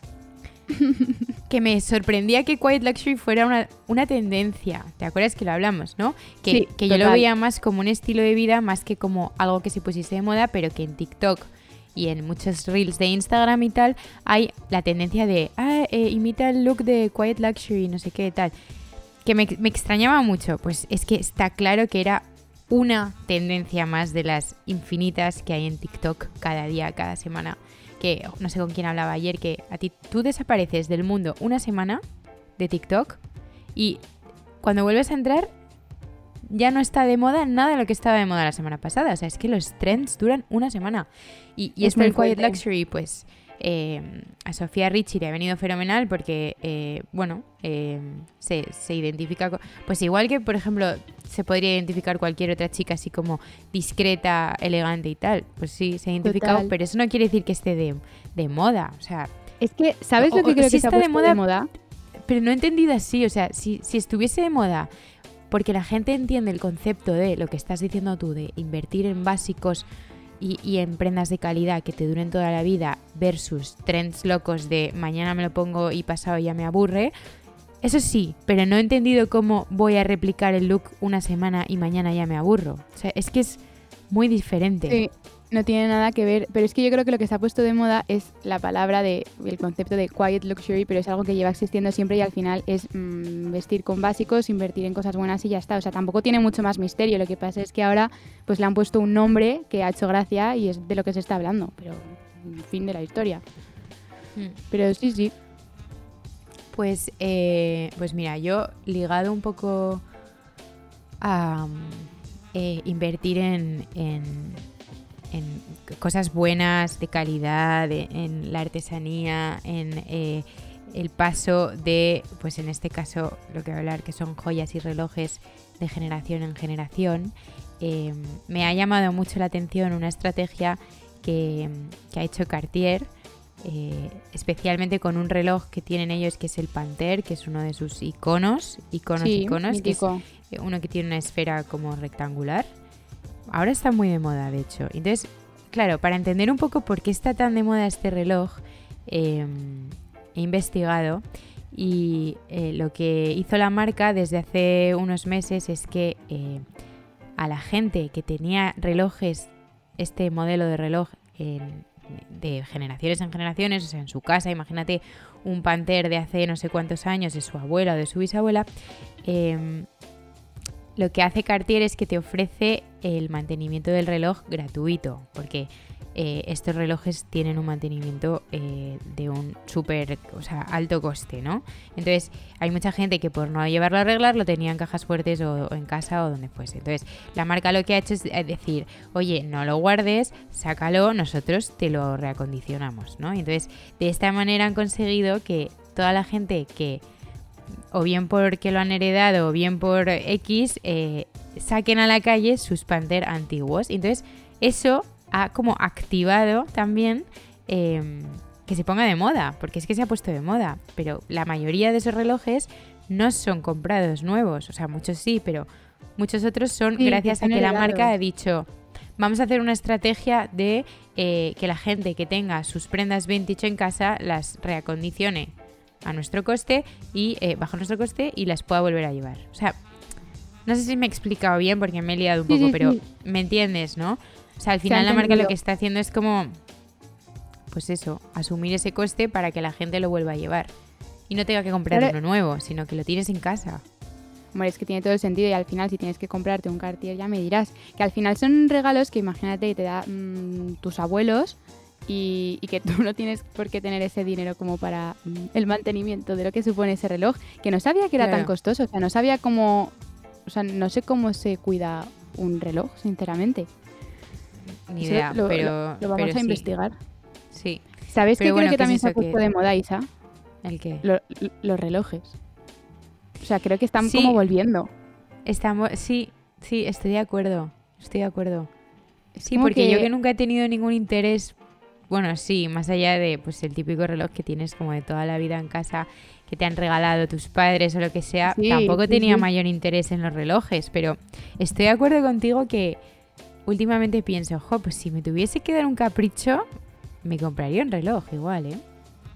que me sorprendía que Quiet Luxury fuera una, una tendencia? ¿Te acuerdas que lo hablamos, no? Que, Sí, que yo lo total. veía más como un estilo de vida, más que como algo que se pusiese de moda, pero que en TikTok y en muchos reels de Instagram y tal hay la tendencia de, ah, eh, imita el look de Quiet Luxury, no sé qué, tal. Que me, me extrañaba mucho, pues es que está claro que era una tendencia más de las infinitas que hay en TikTok cada día, cada semana. Que no sé con quién hablaba ayer, que a ti tú desapareces del mundo una semana de TikTok y cuando vuelves a entrar ya no está de moda nada de lo que estaba de moda la semana pasada. O sea, es que los trends duran una semana. Y, y Es esto muy del Quiet fuerte. Luxury, pues eh, a Sofía Richie le ha venido fenomenal porque, eh, bueno, eh, se, se identifica con... Pues igual que, por ejemplo, se podría identificar cualquier otra chica así como discreta, elegante y tal. Pues sí, se ha identificado, Total. pero eso no quiere decir que esté de, de moda. O sea, Es que, ¿sabes O- lo que o creo sí que se ha está de puesto moda, de moda? pero no he entendido así. O sea, si, si estuviese de moda, porque la gente entiende el concepto de lo que estás diciendo tú, de invertir en básicos y, y en prendas de calidad que te duren toda la vida versus trends locos de mañana me lo pongo y pasado ya me aburre. Eso sí, pero no he entendido cómo voy a replicar el look una semana y mañana ya me aburro. O sea, es que es muy diferente. Sí, no tiene nada que ver, pero es que yo creo que lo que se ha puesto de moda es la palabra de el concepto de quiet luxury, pero es algo que lleva existiendo siempre y al final es mmm, vestir con básicos, invertir en cosas buenas y ya está. O sea, tampoco tiene mucho más misterio. Lo que pasa es que ahora pues le han puesto un nombre que ha hecho gracia y es de lo que se está hablando, pero mm, fin de la historia. Mm. Pero sí, sí. Pues, eh, pues mira, yo ligado un poco a mm, eh, invertir en, en, en cosas buenas, de calidad, de- en la artesanía, en eh, el paso de, pues en este caso lo que voy a hablar, que son joyas y relojes de generación en generación, eh, me ha llamado mucho la atención una estrategia que, que ha hecho Cartier, eh, especialmente con un reloj que tienen ellos que es el Panthère, que es uno de sus iconos, iconos, sí, iconos, que es mítico. uno que tiene una esfera como rectangular. Ahora está muy de moda, de hecho. Entonces, claro, para entender un poco por qué está tan de moda este reloj, eh, he investigado y eh, lo que hizo la marca desde hace unos meses es que eh, a la gente que tenía relojes, este modelo de reloj en de generaciones en generaciones, o sea, en su casa, imagínate un Panthère de hace no sé cuántos años, de su abuela o de su bisabuela, eh, lo que hace Cartier es que te ofrece el mantenimiento del reloj gratuito, porque eh, estos relojes tienen un mantenimiento eh, de un súper, o sea, alto coste, ¿no? Entonces, hay mucha gente que por no llevarlo a arreglar lo tenía en cajas fuertes o, o en casa o donde fuese. Entonces, la marca lo que ha hecho es decir, oye, no lo guardes, sácalo, nosotros te lo reacondicionamos, ¿no? Y entonces, de esta manera han conseguido que toda la gente que, o bien porque lo han heredado o bien por X, eh, saquen a la calle sus Panther antiguos. Y entonces, eso ha como activado también eh, que se ponga de moda, porque es que se ha puesto de moda, pero la mayoría de esos relojes no son comprados nuevos, o sea, muchos sí, pero muchos otros son sí, gracias a que heredados. La marca ha dicho, vamos a hacer una estrategia de eh, que la gente que tenga sus prendas vintage en casa las reacondicione a nuestro coste y eh, bajo nuestro coste y las pueda volver a llevar. O sea, no sé si me he explicado bien porque me he liado un poco, sí, sí, pero sí. Me entiendes, ¿no? O sea, al final la marca lo que está haciendo es como, pues eso, asumir ese coste para que la gente lo vuelva a llevar. Y no tenga que comprar pero, uno nuevo, sino que lo tienes en casa. Hombre, es que tiene todo el sentido y al final si tienes que comprarte un Cartier ya me dirás. Que al final son regalos que imagínate que te da mmm, tus abuelos y, y que tú no tienes por qué tener ese dinero como para mmm, el mantenimiento de lo que supone ese reloj. Que no sabía que era claro. tan costoso, o sea, no sabía cómo, o sea, no sé cómo se cuida un reloj, sinceramente. Ni idea, lo, pero... Lo, lo vamos pero a sí. investigar. Sí. ¿Sabes pero qué bueno, creo que también es se ha puesto que... de moda, Isa? ¿El qué? Lo, lo, los relojes. O sea, creo que están sí. como volviendo. Estamos... Sí, sí, estoy de acuerdo. Estoy de acuerdo. Es sí, porque que... yo que nunca he tenido ningún interés... Bueno, sí, más allá de pues el típico reloj que tienes como de toda la vida en casa, que te han regalado tus padres o lo que sea, sí, tampoco sí, tenía sí. mayor interés en los relojes, pero estoy de acuerdo contigo que últimamente pienso, jo, pues si me tuviese que dar un capricho, me compraría un reloj igual, ¿eh?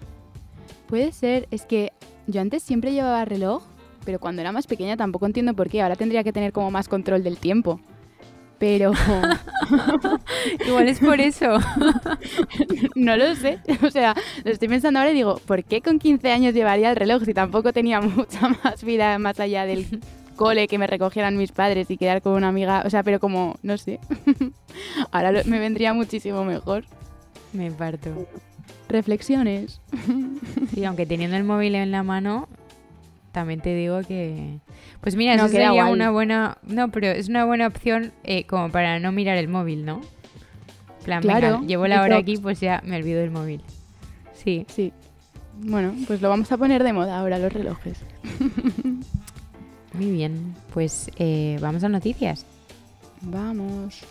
Puede ser, es que yo antes siempre llevaba reloj, pero cuando era más pequeña tampoco entiendo por qué, ahora tendría que tener como más control del tiempo. Pero... igual es por eso. No lo sé. O sea, lo estoy pensando ahora y digo, ¿por qué con quince años llevaría el reloj si tampoco tenía mucha más vida más allá del cole, que me recogieran mis padres y quedar con una amiga? O sea, pero como, no sé. Ahora lo, me vendría muchísimo mejor. Me parto. Reflexiones. Sí, aunque teniendo el móvil en la mano... También te digo que... Pues mira, no, eso sería guay. una buena... No, pero es una buena opción eh, como para no mirar el móvil, ¿no? En plan, claro, venga, llevo la hora aquí, pues ya me olvido del móvil. Sí. Sí. Bueno, pues lo vamos a poner de moda ahora, los relojes. Muy bien. Pues eh, vamos a noticias. Vamos.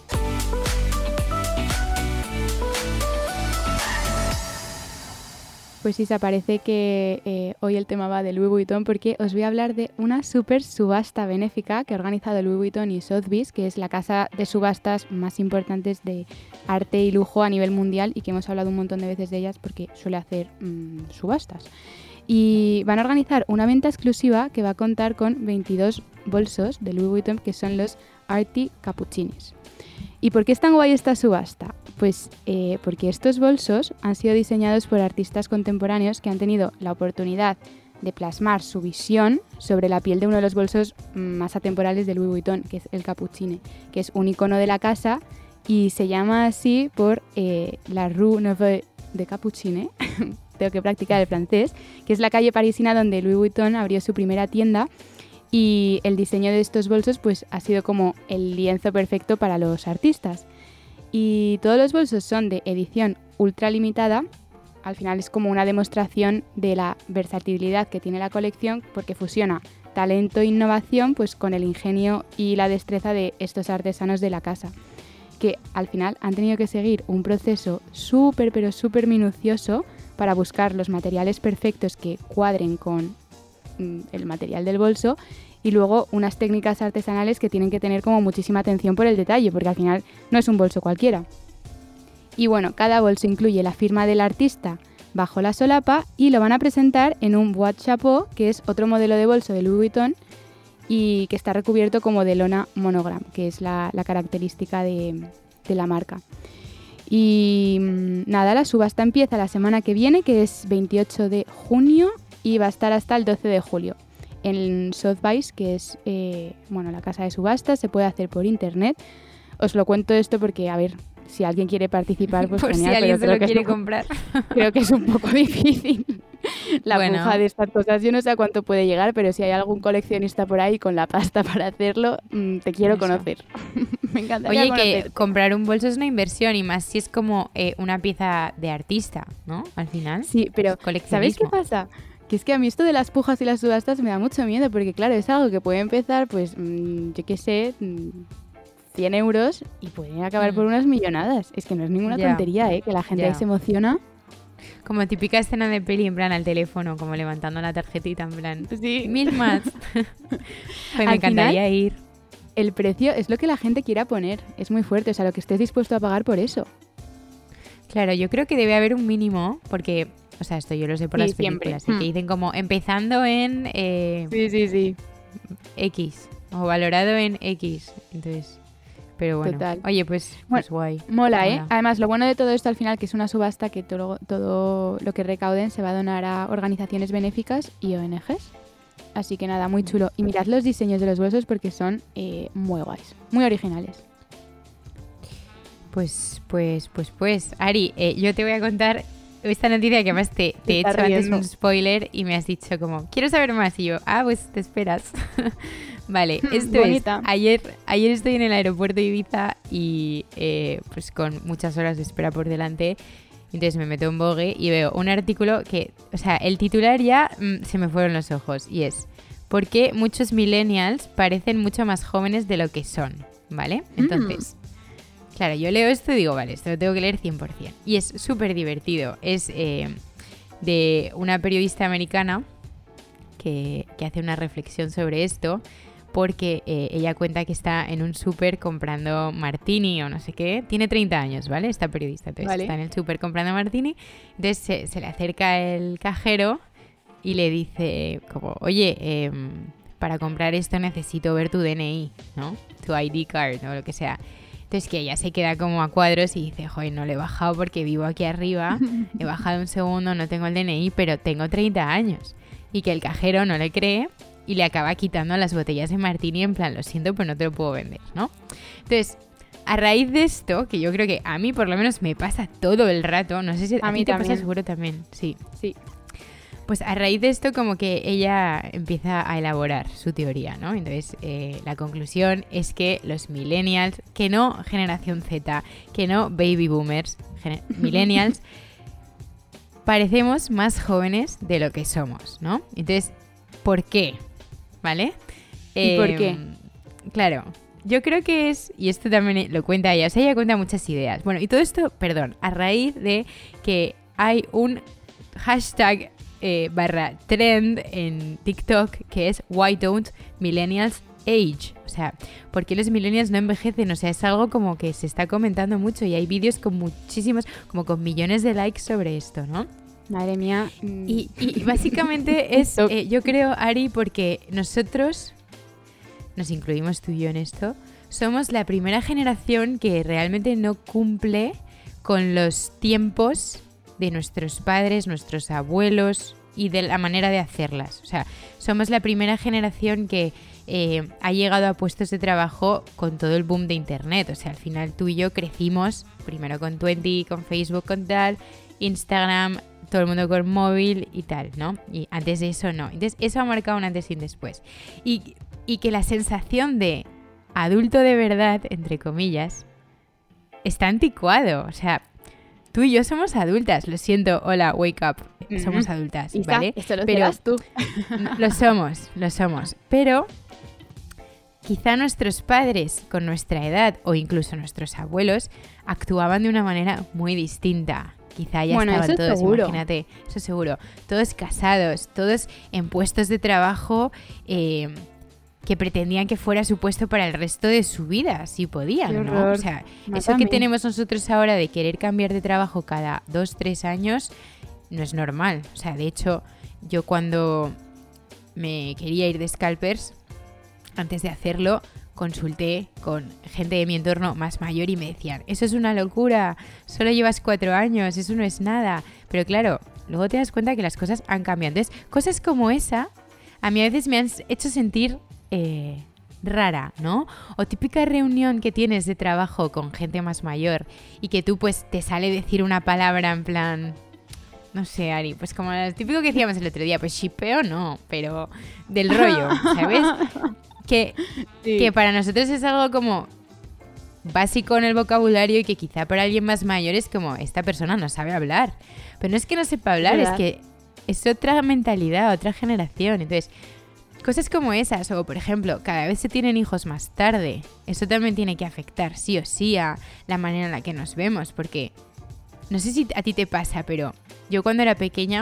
Pues Isa, parece que eh, hoy el tema va de Louis Vuitton porque os voy a hablar de una súper subasta benéfica que ha organizado Louis Vuitton y Sotheby's, que es la casa de subastas más importantes de arte y lujo a nivel mundial y que hemos hablado un montón de veces de ellas porque suele hacer mmm, subastas. Y van a organizar una venta exclusiva que va a contar con veintidós bolsos de Louis Vuitton que son los Arti Cappuccinis. ¿Y por qué es tan guay esta subasta? Pues eh, porque estos bolsos han sido diseñados por artistas contemporáneos que han tenido la oportunidad de plasmar su visión sobre la piel de uno de los bolsos más atemporales de Louis Vuitton, que es el Cappuccine, que es un icono de la casa y se llama así por eh, la Rue Neuve de Cappuccine, tengo que practicar el francés, que es la calle parisina donde Louis Vuitton abrió su primera tienda. Y el diseño de estos bolsos pues ha sido como el lienzo perfecto para los artistas. Y todos los bolsos son de edición ultra limitada. Al final es como una demostración de la versatilidad que tiene la colección porque fusiona talento e innovación pues con el ingenio y la destreza de estos artesanos de la casa, que al final han tenido que seguir un proceso súper pero súper minucioso para buscar los materiales perfectos que cuadren con el material del bolso y luego unas técnicas artesanales que tienen que tener como muchísima atención por el detalle porque al final no es un bolso cualquiera. Y bueno, cada bolso incluye la firma del artista bajo la solapa y lo van a presentar en un boîte chapeau, que es otro modelo de bolso de Louis Vuitton y que está recubierto como de lona monogram, que es la, la característica de, de la marca. Y nada, la subasta empieza la semana que viene, que es veintiocho de junio y va a estar hasta el doce de julio en Sotheby's, que es eh, bueno, la casa de subastas. Se puede hacer por internet. Os lo cuento esto porque, a ver, si alguien quiere participar, pues Por genial. si alguien pero se lo creo que quiere es un- comprar. Creo que es un poco difícil la Bueno. puja de estas cosas. Yo no sé a cuánto puede llegar, pero si hay algún coleccionista por ahí con la pasta para hacerlo, mm, te quiero Eso. conocer. Me encantaría Oye, que conocerte. comprar un bolso es una inversión y más si es como eh, una pieza de artista, ¿no? Al final. Sí, pero Es ¿sabéis qué coleccionismo. pasa? Que es que a mí esto de las pujas y las subastas me da mucho miedo, porque claro, es algo que puede empezar, pues, mm, yo qué sé, mm, cien euros y pueden acabar Mm. por unas millonadas. Es que no es ninguna Ya. tontería, ¿eh? Que la gente Ya. ahí se emociona. Como típica escena de peli en plan al teléfono, como levantando la tarjetita en plan. Sí. Mil más. Pues me Al encantaría ir. El precio es lo que la gente quiera poner. Es muy fuerte, o sea, lo que estés dispuesto a pagar por eso. Claro, yo creo que debe haber un mínimo, porque, o sea, esto yo lo sé por Sí, las siempre. películas, y Hmm. que dicen como empezando en eh, Sí, sí, sí. X o valorado en X. Entonces, pero bueno. Total. Oye, pues, pues guay. Mola, ¿eh? Mola. Además, lo bueno de todo esto al final que es una subasta que todo, todo lo que recauden se va a donar a organizaciones benéficas y O N Ges. Así que nada, muy chulo. Y mirad los diseños de los bolsos porque son eh, muy guays, muy originales. Pues, pues, pues, pues, Ari, eh, yo te voy a contar esta noticia que además te, te he Te hecho estás antes riendo. un spoiler y me has dicho como, quiero saber más. Y yo, ah, pues te esperas. Vale, esto Bonita. es, ayer, ayer estoy en el aeropuerto de Ibiza y eh, pues con muchas horas de espera por delante. Entonces me meto en Vogue y veo un artículo que, o sea, el titular ya mm, se me fueron los ojos y es ¿por qué muchos millennials parecen mucho más jóvenes de lo que son? ¿Vale? Entonces, claro, yo leo esto y digo, vale, esto lo tengo que leer cien por ciento. Y es súper divertido. Es eh, de una periodista americana que, que hace una reflexión sobre esto porque eh, ella cuenta que está en un súper comprando martini o no sé qué. Tiene treinta años, ¿vale? Esta periodista. Entonces Vale. está en el súper comprando martini. Entonces se, se le acerca el cajero y le dice como, oye, eh, para comprar esto necesito ver tu D N I, ¿no? Tu I D card o lo que sea. Entonces que ella se queda como a cuadros y dice, joder, no lo he bajado porque vivo aquí arriba, he bajado un segundo, no tengo el D N I, pero tengo treinta años. Y que el cajero no le cree y le acaba quitando las botellas de martini en plan, lo siento, pero no te lo puedo vender, ¿no? Entonces, a raíz de esto, que yo creo que a mí por lo menos me pasa todo el rato, no sé si a, A mí mí te pasa también. seguro también, sí. Sí. Pues a raíz de esto como que ella empieza a elaborar su teoría, ¿no? Entonces eh, la conclusión es que los millennials, que no generación Z, que no baby boomers, gener- millennials, parecemos más jóvenes de lo que somos, ¿no? Entonces, ¿por qué? ¿Vale? ¿Y por Eh, qué? Claro, yo creo que es, y esto también lo cuenta ella, o sea, ella cuenta muchas ideas. Bueno, y todo esto, perdón, a raíz de que hay un hashtag eh, barra trend en TikTok que es Why Don't Millennials Age? O sea, ¿por qué los millennials no envejecen? O sea, es algo como que se está comentando mucho y hay vídeos con muchísimos, como con millones de likes sobre esto, ¿no? Madre mía. mm, Y, y básicamente es, Top. eh, yo creo, Ari, porque nosotros, nos incluimos tú y yo en esto, somos la primera generación que realmente no cumple con los tiempos de nuestros padres, nuestros abuelos y de la manera de hacerlas. O sea, somos la primera generación que eh, ha llegado a puestos de trabajo con todo el boom de Internet. O sea, al final tú y yo crecimos primero con veinte, con Facebook, con tal, Instagram, todo el mundo con móvil y tal, ¿no? Y antes de eso no. Entonces eso ha marcado un antes y un después. Y, y que la sensación de adulto de verdad, entre comillas, está anticuado. O sea, tú y yo somos adultas. Lo siento, hola, wake up. Somos Ujú. adultas, Isa, ¿vale? esto lo Pero- serás tú. Lo somos, lo somos. Pero quizá nuestros padres con nuestra edad o incluso nuestros abuelos actuaban de una manera muy distinta. Quizá ya Bueno, estaban eso todos, seguro. imagínate, eso seguro, todos casados, todos en puestos de trabajo eh, que pretendían que fuera su puesto para el resto de su vida, si podían, Qué ¿no? horror. O sea, eso Mátame. que tenemos nosotros ahora de querer cambiar de trabajo cada dos, tres años, no es normal. O sea, de hecho, yo cuando me quería ir de scalpers, antes de hacerlo, consulté con gente de mi entorno más mayor y me decían, eso es una locura, solo llevas cuatro años, eso no es nada. Pero claro, luego te das cuenta que las cosas han cambiado. Entonces, cosas como esa, a mí a veces me han hecho sentir eh, rara, ¿no? O típica reunión que tienes de trabajo con gente más mayor y que tú pues te sale decir una palabra en plan... No sé, Ari, pues como lo típico que decíamos el otro día, pues shipeo no, pero del rollo, ¿sabes? Que, sí. que para nosotros es algo como básico en el vocabulario y que quizá para alguien más mayor es como, esta persona no sabe hablar. Pero no es que no sepa hablar, ¿verdad? Es que es otra mentalidad, otra generación. Entonces, cosas como esas, o por ejemplo, cada vez se tienen hijos más tarde. Eso también tiene que afectar sí o sí a la manera en la que nos vemos, porque no sé si a ti te pasa, pero yo cuando era pequeña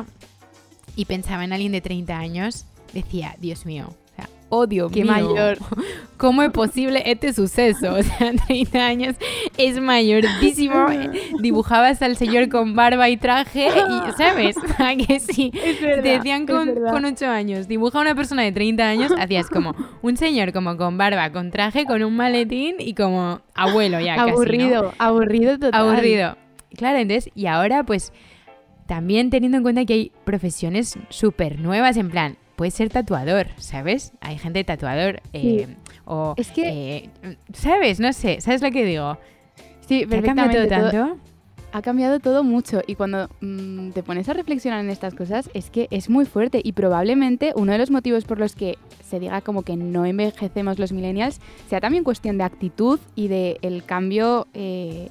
y pensaba en alguien de treinta años, decía, Dios mío, o sea, oh Dios Qué mío, mayor. ¿Cómo es posible este suceso? O sea, treinta años es mayorísimo. Dibujabas al señor con barba y traje y, ¿sabes? ¿A que sí? Es verdad, te decían con, con ocho años, dibuja a una persona de treinta años, hacías como un señor como con barba, con traje, con un maletín y como abuelo ya aburrido, casi, ¿no? Aburrido total. Aburrido. Claro, entonces, y ahora pues también teniendo en cuenta que hay profesiones súper nuevas, en plan, puedes ser tatuador, ¿sabes? Hay gente tatuador, eh, sí. o, es que, eh, ¿sabes? No sé, ¿sabes lo que digo? Sí, perfectamente. ¿Ha cambiado tanto? Todo, ha cambiado todo mucho y cuando mmm, te pones a reflexionar en estas cosas es que es muy fuerte y probablemente uno de los motivos por los que se diga como que no envejecemos los millennials sea también cuestión de actitud y de el cambio... Eh,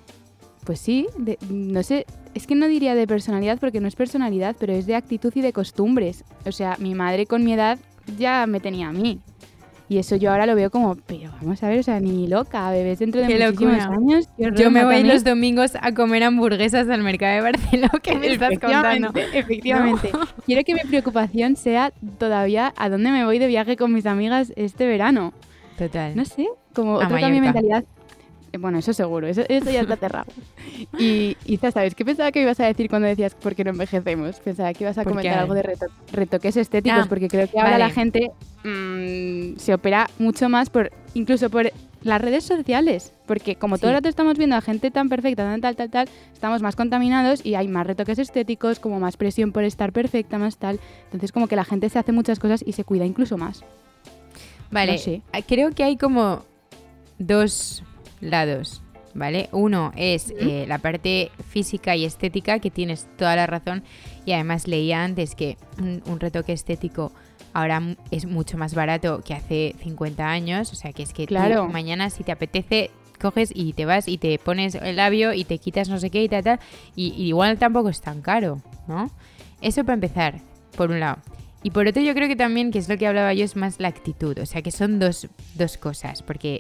Pues sí, de, no sé, es que no diría de personalidad porque no es personalidad, pero es de actitud y de costumbres. O sea, mi madre con mi edad ya me tenía a mí. Y eso yo ahora lo veo como, pero vamos a ver, o sea, ni loca, bebés dentro de Qué muchísimos locura. años. Yo me voy los domingos a comer hamburguesas al mercado de Barcelona, que me estás contando. Efectivamente. ¿No? Quiero que mi preocupación sea todavía a dónde me voy de viaje con mis amigas este verano. Total. No sé, como otro cambio de mentalidad. Bueno, eso seguro, eso, eso ya está cerrado. Y, y ¿sabes qué pensaba que ibas a decir cuando decías por qué no envejecemos? Pensaba que ibas a comentar algo de reto, retoques estéticos, ah, porque creo que ahora vale. la gente mmm, se opera mucho más, por incluso por las redes sociales, porque como sí. todo el rato estamos viendo a gente tan perfecta, tan tal, tal, tal, estamos más contaminados y hay más retoques estéticos, como más presión por estar perfecta, más tal. Entonces como que la gente se hace muchas cosas y se cuida incluso más. Vale, no sé. Creo que hay como dos... lados, ¿vale? Uno es uh-huh. eh, la parte física y estética, que tienes toda la razón, y además leía antes que un, un retoque estético ahora es mucho más barato que hace cincuenta años, o sea que es que claro. tú mañana si te apetece coges y te vas y te pones el labio y te quitas no sé qué y tal, tal, y, y igual tampoco es tan caro, ¿no? Eso para empezar, por un lado. Y por otro yo creo que también, que es lo que hablaba yo, es más la actitud, o sea que son dos, dos cosas, porque...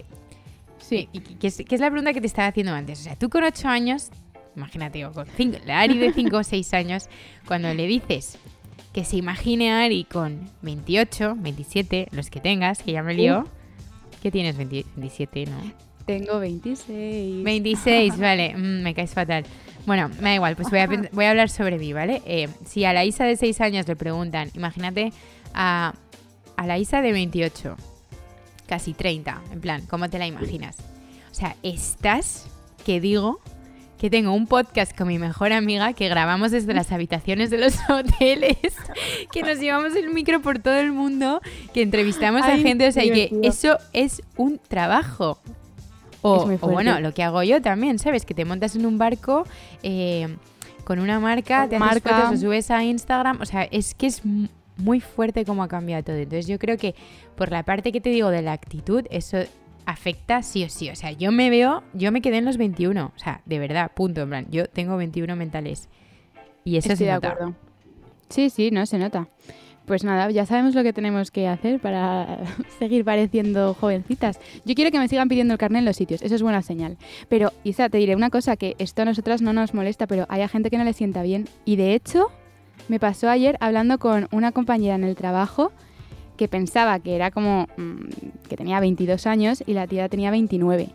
Sí, y que es, que es la pregunta que te estaba haciendo antes. O sea, tú con ocho años, imagínate, o con cinco, la Ari de cinco o seis años, cuando le dices que se imagine a Ari con veintiocho, veintisiete, los que tengas, que ya me lío. Uh. ¿Qué tienes? veinte, veintisiete, ¿no? Tengo veintiséis. veintiséis, vale, mm, me caes fatal. Bueno, me da igual, pues voy a, voy a hablar sobre mí, ¿vale? Eh, si a la Isa de seis años le preguntan, imagínate a, a la Isa de veintiocho... casi treinta, en plan, ¿cómo te la imaginas? O sea, estás, que digo, que tengo un podcast con mi mejor amiga que grabamos desde las habitaciones de los hoteles, que nos llevamos el micro por todo el mundo, que entrevistamos Ay, a gente, o sea, y que eso es un trabajo. O, o bueno, lo que hago yo también, ¿sabes? Que te montas en un barco eh, con una marca, con te haces marca. fotos, lo subes a Instagram, o sea, es que es... muy fuerte cómo ha cambiado todo. Entonces yo creo que por la parte que te digo de la actitud, eso afecta sí o sí. O sea, yo me veo, yo me quedé en los veintiuno. O sea, de verdad, punto. En plan, yo tengo veintiuno mentales. Y eso Estoy se de nota. Acuerdo. Sí, sí, no, se nota. Pues nada, ya sabemos lo que tenemos que hacer para seguir pareciendo jovencitas. Yo quiero que me sigan pidiendo el carnet en los sitios, eso es buena señal. Pero, Isa, te diré una cosa, que esto a nosotras no nos molesta, pero hay gente que no le sienta bien. Y de hecho... me pasó ayer hablando con una compañera en el trabajo que pensaba que era como mmm, que tenía veintidós años y la tía tenía veintinueve.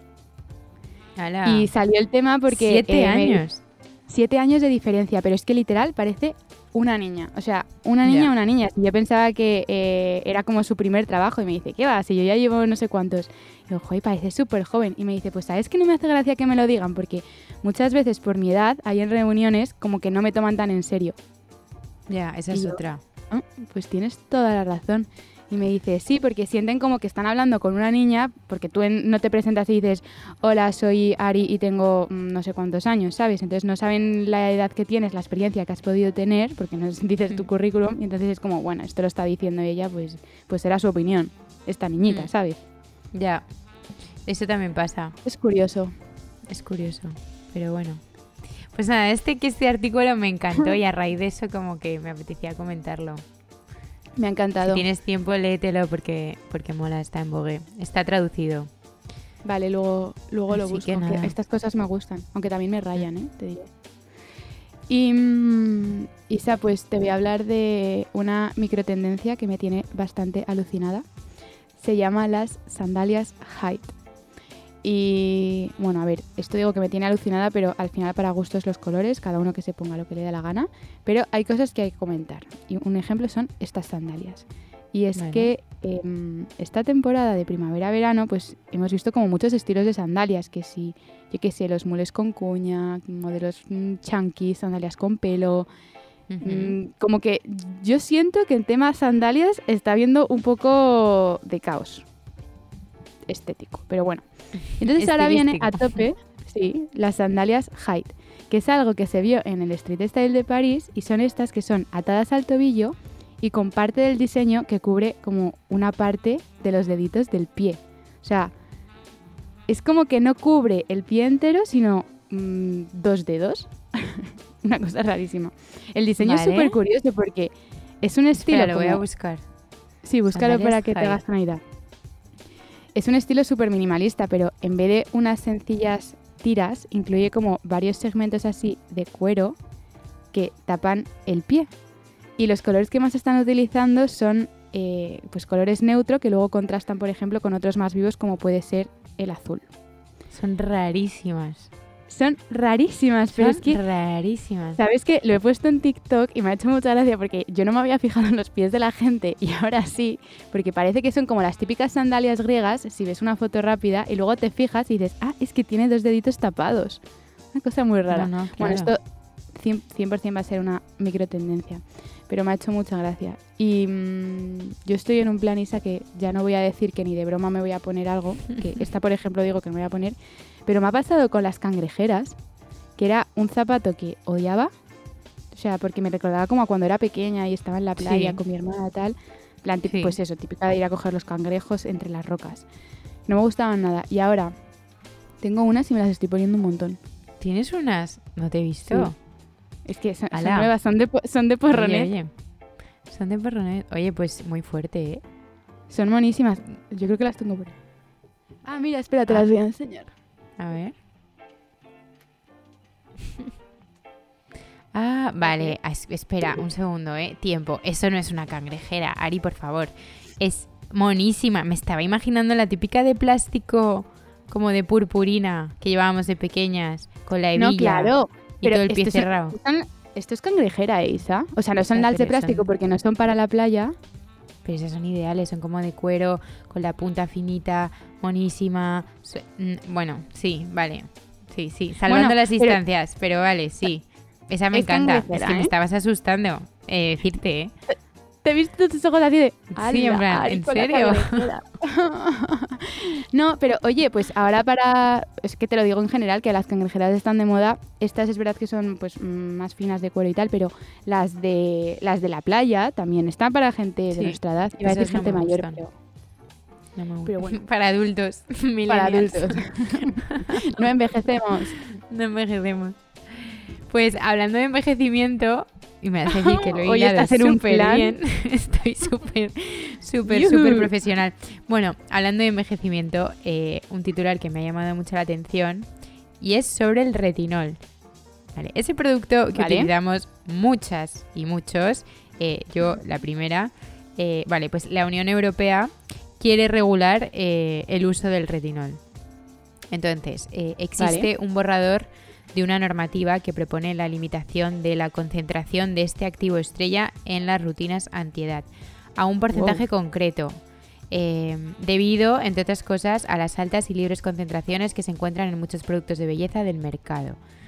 ¡Hala! Y salió el tema porque... ¿Siete eh, años? Me, siete años de diferencia, pero es que literal parece una niña. O sea, una niña, yeah. una niña. Yo pensaba que eh, era como su primer trabajo y me dice, ¿qué va? Si yo ya llevo no sé cuántos. Y digo, joder, parece súper joven. Y me dice, pues ¿sabes que no me hace gracia que me lo digan? Porque muchas veces por mi edad, hay en reuniones como que no me toman tan en serio. Ya, esa es yo, otra. Oh, pues tienes toda la razón. Y me dice, sí, porque sienten como que están hablando con una niña, porque tú en- no te presentas y dices, hola, soy Ari y tengo mm, no sé cuántos años, ¿sabes? Entonces no saben la edad que tienes, la experiencia que has podido tener, porque no dices tu Mm. currículum, y entonces es como, bueno, esto lo está diciendo ella, pues, pues será su opinión, esta niñita, Mm. ¿sabes? Ya, eso también pasa. Es curioso. Es curioso, pero bueno. Pues nada, este que este artículo me encantó y a raíz de eso como que me apetecía comentarlo. Me ha encantado. Si tienes tiempo, léetelo porque, porque mola, está en Vogue. Está traducido. Vale, luego, luego lo Así busco. que Que nada. estas cosas me gustan, aunque también me rayan, ¿eh? Te diré. Y mm, Isa, pues te voy a hablar de una microtendencia que me tiene bastante alucinada. Se llama las sandalias height. Y bueno, a ver, esto digo que me tiene alucinada, pero al final para gustos los colores, cada uno que se ponga lo que le dé la gana. Pero hay cosas que hay que comentar. Y un ejemplo son estas sandalias. Y es Bueno. que eh, esta temporada de primavera-verano, pues hemos visto como muchos estilos de sandalias, que sí, yo qué sé, los mules con cuña, modelos mm, chunky, sandalias con pelo. Ujú. Mm, como que yo siento que en tema sandalias está habiendo un poco de caos estético, pero bueno. Entonces ahora viene a tope, sí, las sandalias height, que es algo que se vio en el Street Style de París y son estas que son atadas al tobillo y con parte del diseño que cubre como una parte de los deditos del pie. O sea, es como que no cubre el pie entero, sino mm, dos dedos. Una cosa rarísima. El diseño Vale. es súper curioso porque es un estilo Espera, lo voy a como- buscar. Sí, búscalo Sandalias para que te height. hagas una idea. Es un estilo súper minimalista, pero en vez de unas sencillas tiras, incluye como varios segmentos así de cuero que tapan el pie. Y los colores que más están utilizando son eh, pues colores neutro que luego contrastan, por ejemplo, con otros más vivos como puede ser el azul. Son rarísimas. Son rarísimas, pero Son es que rarísimas. ¿sabes qué? Lo he puesto en TikTok y me ha hecho mucha gracia porque yo no me había fijado en los pies de la gente y ahora sí, porque parece que son como las típicas sandalias griegas, si ves una foto rápida y luego te fijas y dices, ah, es que tiene dos deditos tapados. Una cosa muy rara. No, no, Bueno, claro. esto cien, cien por ciento va a ser una microtendencia, pero me ha hecho mucha gracia. Y mm, yo estoy en un plan, Isa, que ya no voy a decir que ni de broma me voy a poner algo, que esta, por ejemplo, digo que me voy a poner, pero me ha pasado con las cangrejeras, que era un zapato que odiaba, o sea, porque me recordaba como a cuando era pequeña y estaba en la playa Sí. con mi hermana tal, plan, tip- Sí. pues eso, típica de ir a coger los cangrejos entre las rocas. No me gustaban nada. Y ahora tengo unas y me las estoy poniendo un montón. ¿Tienes unas? ¿No te he visto? Sí. Es que son, son Ala. nuevas, son de, po- son de porronet. Oye, oye. Son de porronet. Oye, pues muy fuerte, ¿eh? Son monísimas. Yo creo que las tengo por ahí. Ah, mira, espera, te Ah. las voy a enseñar. A ver. Ah, vale. Ah, es- espera, un segundo, ¿eh? Tiempo. Eso no es una cangrejera. Ari, por favor. Es monísima. Me estaba imaginando la típica de plástico, como de purpurina, que llevábamos de pequeñas, con la hebilla. No, claro. Y todo el pie esto es- cerrado. son- esto es cangrejera, ¿eh, Isa? O sea, no son Ya, las de pero plástico son- porque no son para la playa. Pero esas son ideales, son como de cuero, con la punta finita, monísima. Su- mm, Bueno, sí, vale. Sí, sí, salvando Bueno, las pero- distancias, pero, vale, sí. Esa me Es encanta. Es cangrejera, que me ¿eh? estabas asustando, eh, decirte, ¿eh? Te he visto tus ojos así de... Sí, en "Ala, plan, Ari ¿en con la serio?" cangrejera". No, pero oye, pues ahora para... Es que te lo digo en general, que las cangrejeras están de moda. Estas es verdad que son pues mm, más finas de cuero y tal, pero las de las de la playa también están para gente de Sí, nuestra edad. Iba a decir esas no gente me mayor, gustan. pero No me gusta. Pero bueno. Para adultos, para millennials. adultos. No envejecemos. No envejecemos. Pues hablando de envejecimiento, y me hace decir que lo he Hoy hilado estás en un súper plan. bien. Estoy súper, súper, Yujú. súper profesional. Bueno, hablando de envejecimiento, eh, un titular que me ha llamado mucho la atención y es sobre el retinol. Vale, ese producto que Vale. utilizamos muchas y muchos, eh, yo la primera, eh, vale, pues la Unión Europea quiere regular eh, el uso del retinol. Entonces, eh, existe un borrador de una normativa que propone la limitación de la concentración de este activo estrella en las rutinas antiedad a un porcentaje concreto, eh, debido, entre otras cosas, a las altas y libres concentraciones que se encuentran en muchos productos de belleza del mercado.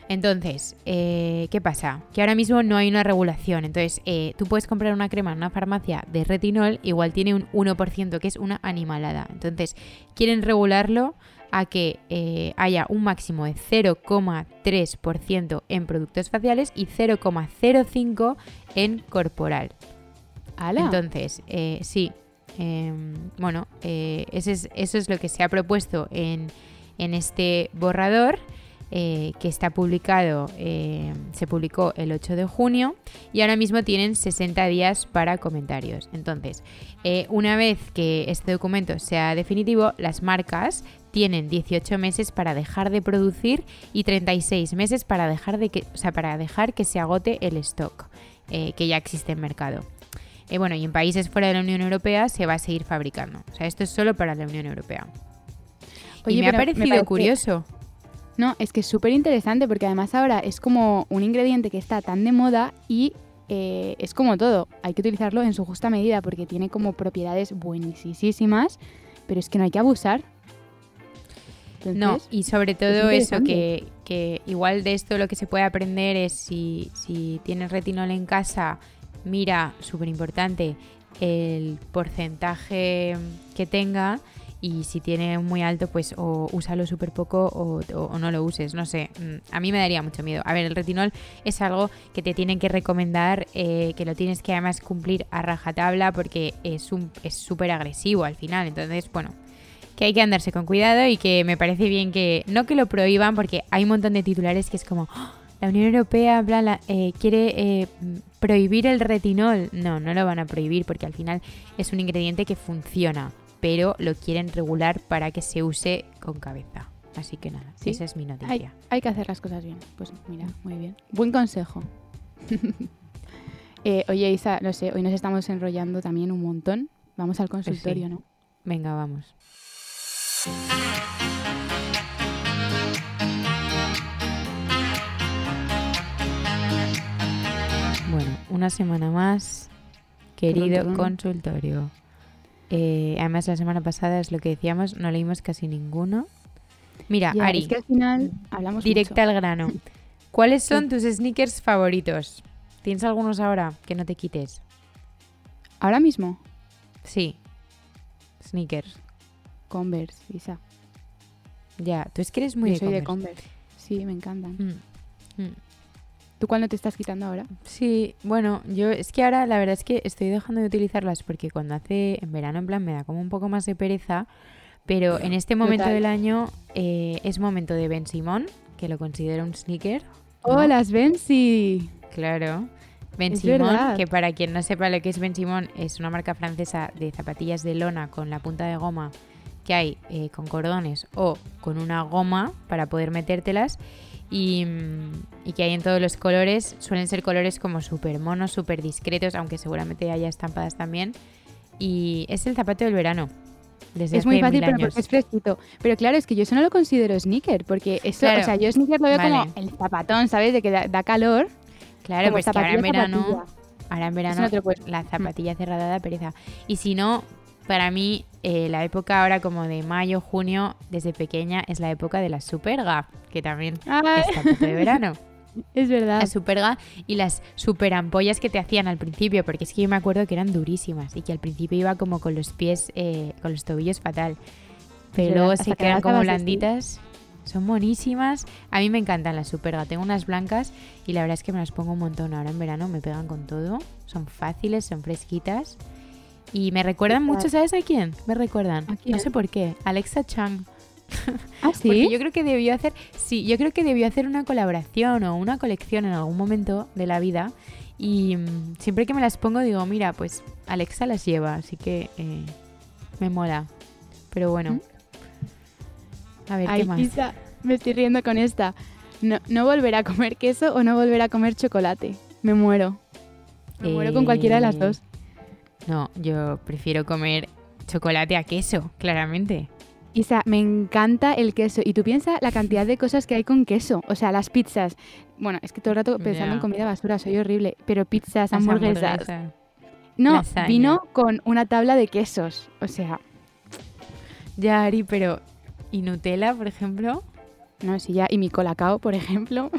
Entonces, eh, ¿qué pasa? Que ahora mismo no hay una regulación. Entonces, eh, tú puedes comprar una crema en una farmacia de retinol, igual tiene un uno por ciento, que es una animalada. Entonces, quieren regularlo a que eh, haya un máximo de cero coma tres por ciento en productos faciales y cero coma cero cinco por ciento en corporal. ¡Hala! Entonces, eh, sí, eh, bueno, eh, ese es, eso es lo que se ha propuesto en, en este borrador. Eh, que está publicado, eh, se publicó el ocho de junio y ahora mismo tienen sesenta días para comentarios. Entonces, eh, una vez que este documento sea definitivo, las marcas tienen dieciocho meses para dejar de producir y treinta y seis meses para dejar, de que, o sea, para dejar que se agote el stock eh, que ya existe en mercado. Eh, bueno, y en países fuera de la Unión Europea se va a seguir fabricando. O sea, esto es solo para la Unión Europea. Oye, y me ha pero parecido me parece- curioso. No, es que es súper interesante porque además ahora es como un ingrediente que está tan de moda y eh, es como todo, hay que utilizarlo en su justa medida porque tiene como propiedades buenísimas, pero es que no hay que abusar. Entonces, No, y sobre todo es eso, que, que igual de esto lo que se puede aprender es si, si tienes retinol en casa, mira, súper importante, el porcentaje que tenga. Y si tiene muy alto, pues o úsalo súper poco o, o, o no lo uses, no sé. A mí me daría mucho miedo. A ver, el retinol es algo que te tienen que recomendar, eh, que lo tienes que además cumplir a rajatabla porque es un es súper agresivo al final. Entonces, bueno, que hay que andarse con cuidado y que me parece bien que, no que lo prohíban, porque hay un montón de titulares que es como, ¡oh! La Unión Europea bla, bla, eh, quiere eh, prohibir el retinol. No, no lo van a prohibir porque al final es un ingrediente que funciona, pero lo quieren regular para que se use con cabeza. Así que nada, ¿Sí? esa es mi noticia. hay, hay que hacer las cosas bien. Pues mira, muy bien. Buen consejo. eh, oye, Isa, no sé, hoy nos estamos enrollando también un montón. Vamos al consultorio, sí. ¿no? Venga, vamos. Bueno, una semana más, querido Turun, turun. consultorio. Eh, además, la semana pasada es lo que decíamos, no leímos casi ninguno. Mira, Ya, Ari, es que al final hablamos directa mucho. al grano. ¿Cuáles son Sí. tus sneakers favoritos? ¿Tienes algunos ahora que no te quites? Ahora mismo, Sí, sneakers. Converse, Isa. Ya, tú es que eres muy Yo de soy de Converse. Converse. Sí, me encantan. Mm, mm. ¿Tú cuándo te estás quitando ahora? Sí, bueno, yo es que ahora la verdad es que estoy dejando de utilizarlas porque cuando hace en verano en plan me da como un poco más de pereza, pero en este momento Total. del año eh, es momento de Ben Simon, que lo considero un sneaker. ¿no? ¡Oh, las Bensi! Claro. Ben Es Simon, verdad. que para quien no sepa lo que es Ben Simon, es una marca francesa de zapatillas de lona con la punta de goma que hay eh, con cordones o con una goma para poder metértelas y, y que hay en todos los colores. Suelen ser colores como súper monos, súper discretos, aunque seguramente haya estampadas también. Y es el zapato del verano. Desde Es muy hace fácil, mil pero años. porque es fresquito. Pero claro, es que yo eso no lo considero sneaker, porque eso, Claro. o sea, yo sneaker lo veo Vale. como el zapatón, ¿sabes? De que da, da calor. Claro, como pues que ahora en zapatilla, verano, zapatilla. ahora en verano Eso no te lo puedes- la zapatilla cerrada da pereza. Y si no, para mí eh, la época ahora como de mayo, junio, desde pequeña es la época de la Superga, que también Ay, es zapato de verano. es verdad. La Superga y las super ampollas que te hacían al principio, porque es que yo me acuerdo que eran durísimas y que al principio iba como con los pies, eh, con los tobillos fatal. Pero verdad, luego hasta se que quedan las como acabas de blanditas. Son buenísimas. A mí me encantan las Superga. Tengo unas blancas y la verdad es que me las pongo un montón. Ahora en verano me pegan con todo. Son fáciles, son fresquitas. Y me recuerdan Total. mucho, ¿sabes a quién? Me recuerdan. ¿A quién? No sé por qué. Alexa Chung. ¿Ah, Porque sí? yo creo que debió hacer, sí, yo creo que debió hacer una colaboración o una colección en algún momento de la vida. Y mm, siempre que me las pongo digo, mira, pues Alexa las lleva, así que eh, me mola. Pero bueno, ¿Mm? a ver, Ay, ¿qué más? Isa, me estoy riendo con esta. No, no volver a comer queso o no volver a comer chocolate. Me muero. Me muero con cualquiera de las Eh, dos. No, yo prefiero comer chocolate a queso, claramente. Isa, me encanta el queso. Y tú piensas la cantidad de cosas que hay con queso. O sea, las pizzas. Bueno, es que todo el rato pensando Ya. en comida basura, soy horrible. Pero pizzas, Las hamburguesas. hamburguesas. No, lasaña. vino con una tabla de quesos. O sea, Ya, Ari, pero ¿y Nutella, por ejemplo? No, sí, ya. Y mi colacao, por ejemplo.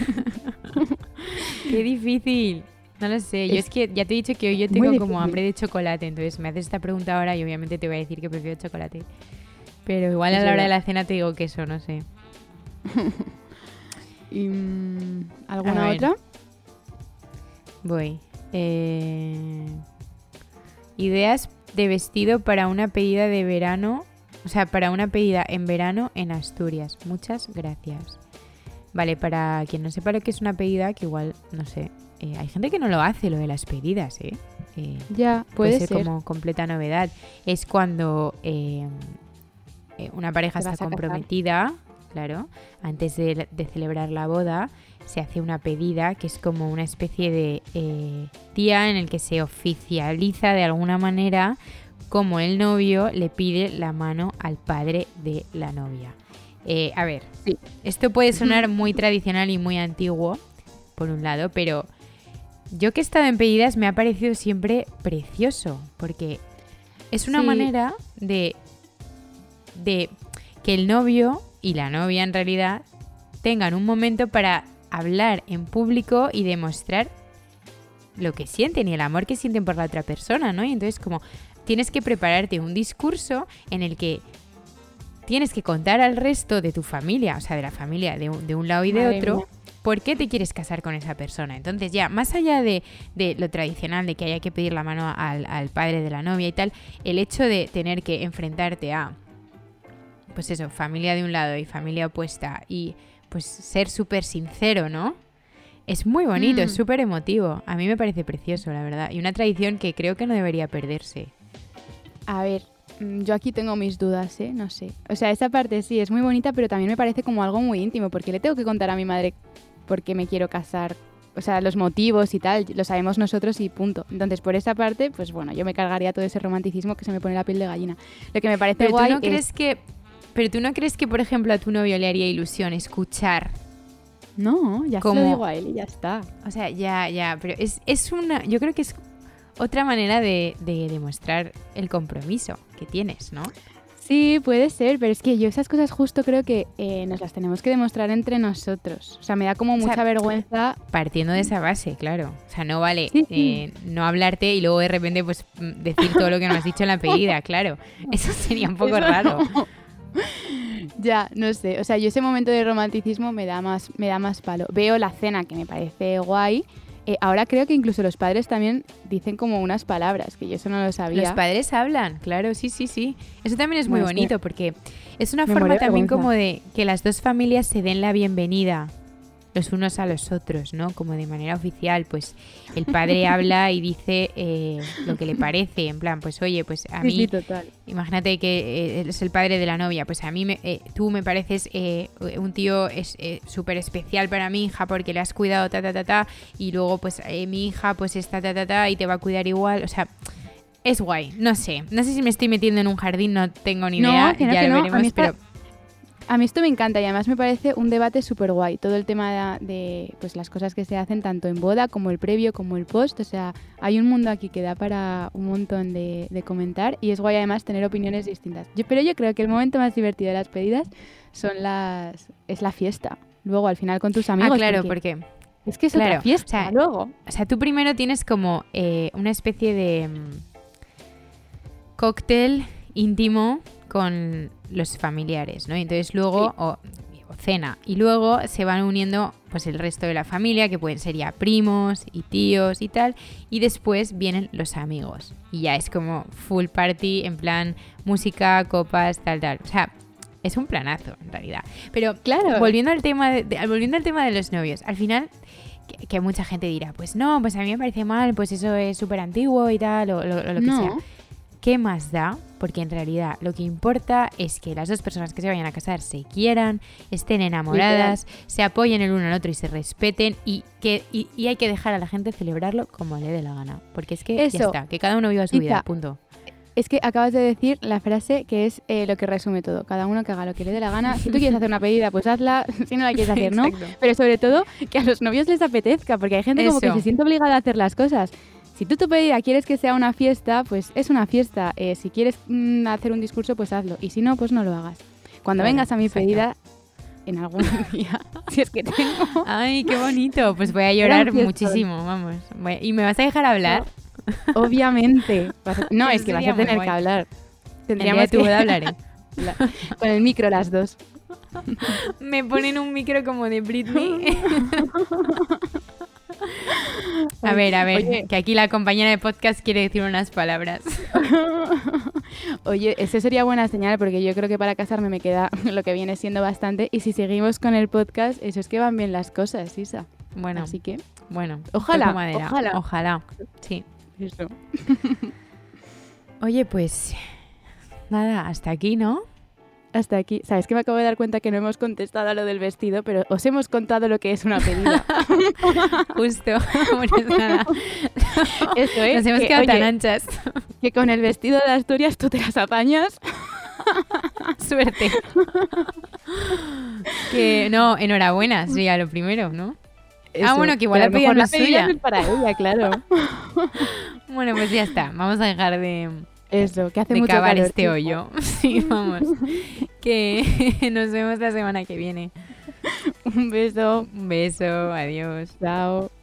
Qué difícil. No lo sé. Yo Es es que ya te he dicho que hoy yo muy tengo difícil. como hambre de chocolate. Entonces me haces esta pregunta ahora y obviamente te voy a decir que prefiero chocolate. Pero igual a Es la hora de verdad. la cena te digo queso, no sé. Y, mm, ¿alguna A ver. otra? Voy. Eh, Ideas de vestido para una pedida de verano. O sea, para una pedida en verano en Asturias. Muchas gracias. Vale, para quien no sepa lo que es una pedida, que igual, no sé. eh, hay gente que no lo hace, lo de las pedidas, ¿eh? Eh, Ya, puede puede ser, ser. como completa novedad. Es cuando eh, eh, una pareja Te vas está a casar. comprometida, claro, antes de, de celebrar la boda, se hace una pedida que es como una especie de eh, día en el que se oficializa de alguna manera como el novio le pide la mano al padre de la novia. Eh, a ver, Sí. esto puede sonar muy tradicional y muy antiguo, por un lado, pero yo que he estado en pedidas me ha parecido siempre precioso, porque es una Sí. manera de, de que el novio y la novia en realidad tengan un momento para hablar en público y demostrar lo que sienten y el amor que sienten por la otra persona, ¿no? Y entonces como tienes que prepararte un discurso en el que tienes que contar al resto de tu familia, o sea, de la familia de un, de un lado y de Madre otro, mía. por qué te quieres casar con esa persona. Entonces ya, más allá de, de lo tradicional, de que haya que pedir la mano al, al padre de la novia y tal, el hecho de tener que enfrentarte a, pues eso, familia de un lado y familia opuesta y pues ser súper sincero, ¿no? Es muy bonito, Mm. es súper emotivo. A mí me parece precioso, la verdad. Y una tradición que creo que no debería perderse. A ver, mm, yo aquí tengo mis dudas, ¿eh? No sé. O sea, esa parte sí es muy bonita, pero también me parece como algo muy íntimo, porque le tengo que contar a mi madre por qué me quiero casar. O sea, los motivos y tal, lo sabemos nosotros y punto. Entonces, por esa parte, pues bueno, yo me cargaría todo ese romanticismo que se me pone la piel de gallina. Lo que me parece Pero tú guay no es- crees que... Pero tú no crees que, por ejemplo, a tu novio le haría ilusión escuchar. No, ya se como- lo digo a él y ya está. O sea, ya, ya, pero es, es una... Yo creo que es otra manera de, de demostrar el compromiso que tienes, ¿no? Sí, puede ser, pero es que yo esas cosas justo creo que eh, nos las tenemos que demostrar entre nosotros. O sea, me da como sea, mucha vergüenza. Partiendo de esa base, claro. O sea, no vale Sí, sí. eh, no hablarte y luego de repente pues mm, decir todo lo que nos has dicho en la pedida, claro. Eso sería un poco Eso raro. no. Ya, no sé. O sea, yo ese momento de romanticismo me da más, me da más palo. Veo la cena que me parece guay. Eh, ahora creo que incluso los padres también dicen como unas palabras, que yo eso no lo sabía. Los padres hablan, claro, sí, sí, sí. Eso también es muy Bueno, es que bonito porque es una me forma muero de también vergüenza. como de que las dos familias se den la bienvenida los unos a los otros, ¿no? Como de manera oficial, pues el padre habla y dice eh, lo que le parece, en plan, pues oye, pues a Sí, mí, sí, total. imagínate que eh, es el padre de la novia, pues a mí, me, eh, tú me pareces eh, un tío es eh, súper especial para mi hija porque le has cuidado, ta, ta, ta, ta, y luego pues eh, mi hija pues está, ta, ta, ta, y te va a cuidar igual, o sea... Es guay, no sé. No sé si me estoy metiendo en un jardín, no tengo ni No, idea, que no, ya que lo no. A veremos, mí está- pero... A mí esto me encanta y además me parece un debate súper guay. Todo el tema de, de, pues, las cosas que se hacen tanto en boda como el previo como el post. O sea, hay un mundo aquí que da para un montón de, de comentar y es guay además tener opiniones distintas. Yo, pero yo creo que el momento más divertido de las pedidas son las es la fiesta. Luego al final con tus amigos. ah, claro, porque porque... es que es claro, otra fiesta. o sea, luego. O sea, tú primero tienes como eh, una especie de mm, cóctel íntimo con los familiares, ¿no? Y entonces luego, Sí. o, o cena, y luego se van uniendo pues el resto de la familia, que pueden ser ya primos y tíos y tal, y después vienen los amigos. Y ya es como full party, en plan música, copas, tal, tal. O sea, es un planazo, en realidad. Pero Claro. volviendo al tema de, de- volviendo al tema de los novios, al final... Que, que mucha gente dirá, pues no, pues a mí me parece mal, pues eso es súper antiguo y tal, o lo, o lo que No. sea. ¿Qué más da? Porque en realidad lo que importa es que las dos personas que se vayan a casar se quieran, estén enamoradas, se apoyen el uno al otro y se respeten y que y, y hay que dejar a la gente celebrarlo como le dé la gana. Porque es que ya Eso. está, que cada uno viva su Iza. vida, punto. Es que acabas de decir la frase que es eh, lo que resume todo. Cada uno que haga lo que le dé la gana. Si tú quieres hacer una pedida, pues hazla. Si no la quieres hacer, no. Exacto. Pero sobre todo, que a los novios les apetezca, porque hay gente como que Eso. se siente obligada a hacer las cosas. Si tú tu pedida quieres que sea una fiesta, pues es una fiesta. Eh, si quieres mm, hacer un discurso, pues hazlo. Y si no, pues no lo hagas. Cuando Claro, vengas a mi exacto. pedida, en algún día, si es que tengo. Ay, qué bonito. Pues voy a llorar Gracias, muchísimo, vamos. Voy- ¿Y me vas a dejar hablar? Obviamente. Vas a- No, Eso es que vas sería a muy tener guay. que hablar. El día Tendríamos de tu que... boda hablaré. la- Con el micro las dos. Me ponen un micro como de Britney. A ver, a ver, Oye. que aquí la compañera de podcast quiere decir unas palabras. Oye, ese sería buena señal porque yo creo que para casarme me queda lo que viene siendo bastante. Y si seguimos con el podcast, eso es que van bien las cosas, Isa. Bueno, Así que, bueno. Ojalá, toco madera. ojalá. Ojalá, sí. eso. Oye, pues nada, hasta aquí, ¿no? Hasta aquí. ¿Sabes que me acabo de dar cuenta que no hemos contestado a lo del vestido? Pero os hemos contado lo que es una pedida. Justo. Pues nada. Eso es. Nos hemos que, quedado tan oye, anchas. que con el vestido de Asturias tú te las apañas. Suerte. Que no, enhorabuena, sería lo primero, ¿no? Eso. bueno, que igual Pero la a lo pedida mejor no la es pedida suya. no es para ella, claro. Bueno, pues ya está. Vamos a dejar de, Eso, que hace de mucho cavar calor. este chico. hoyo. Sí, vamos. Que nos vemos la semana que viene. Un beso. Un beso, adiós. Chao.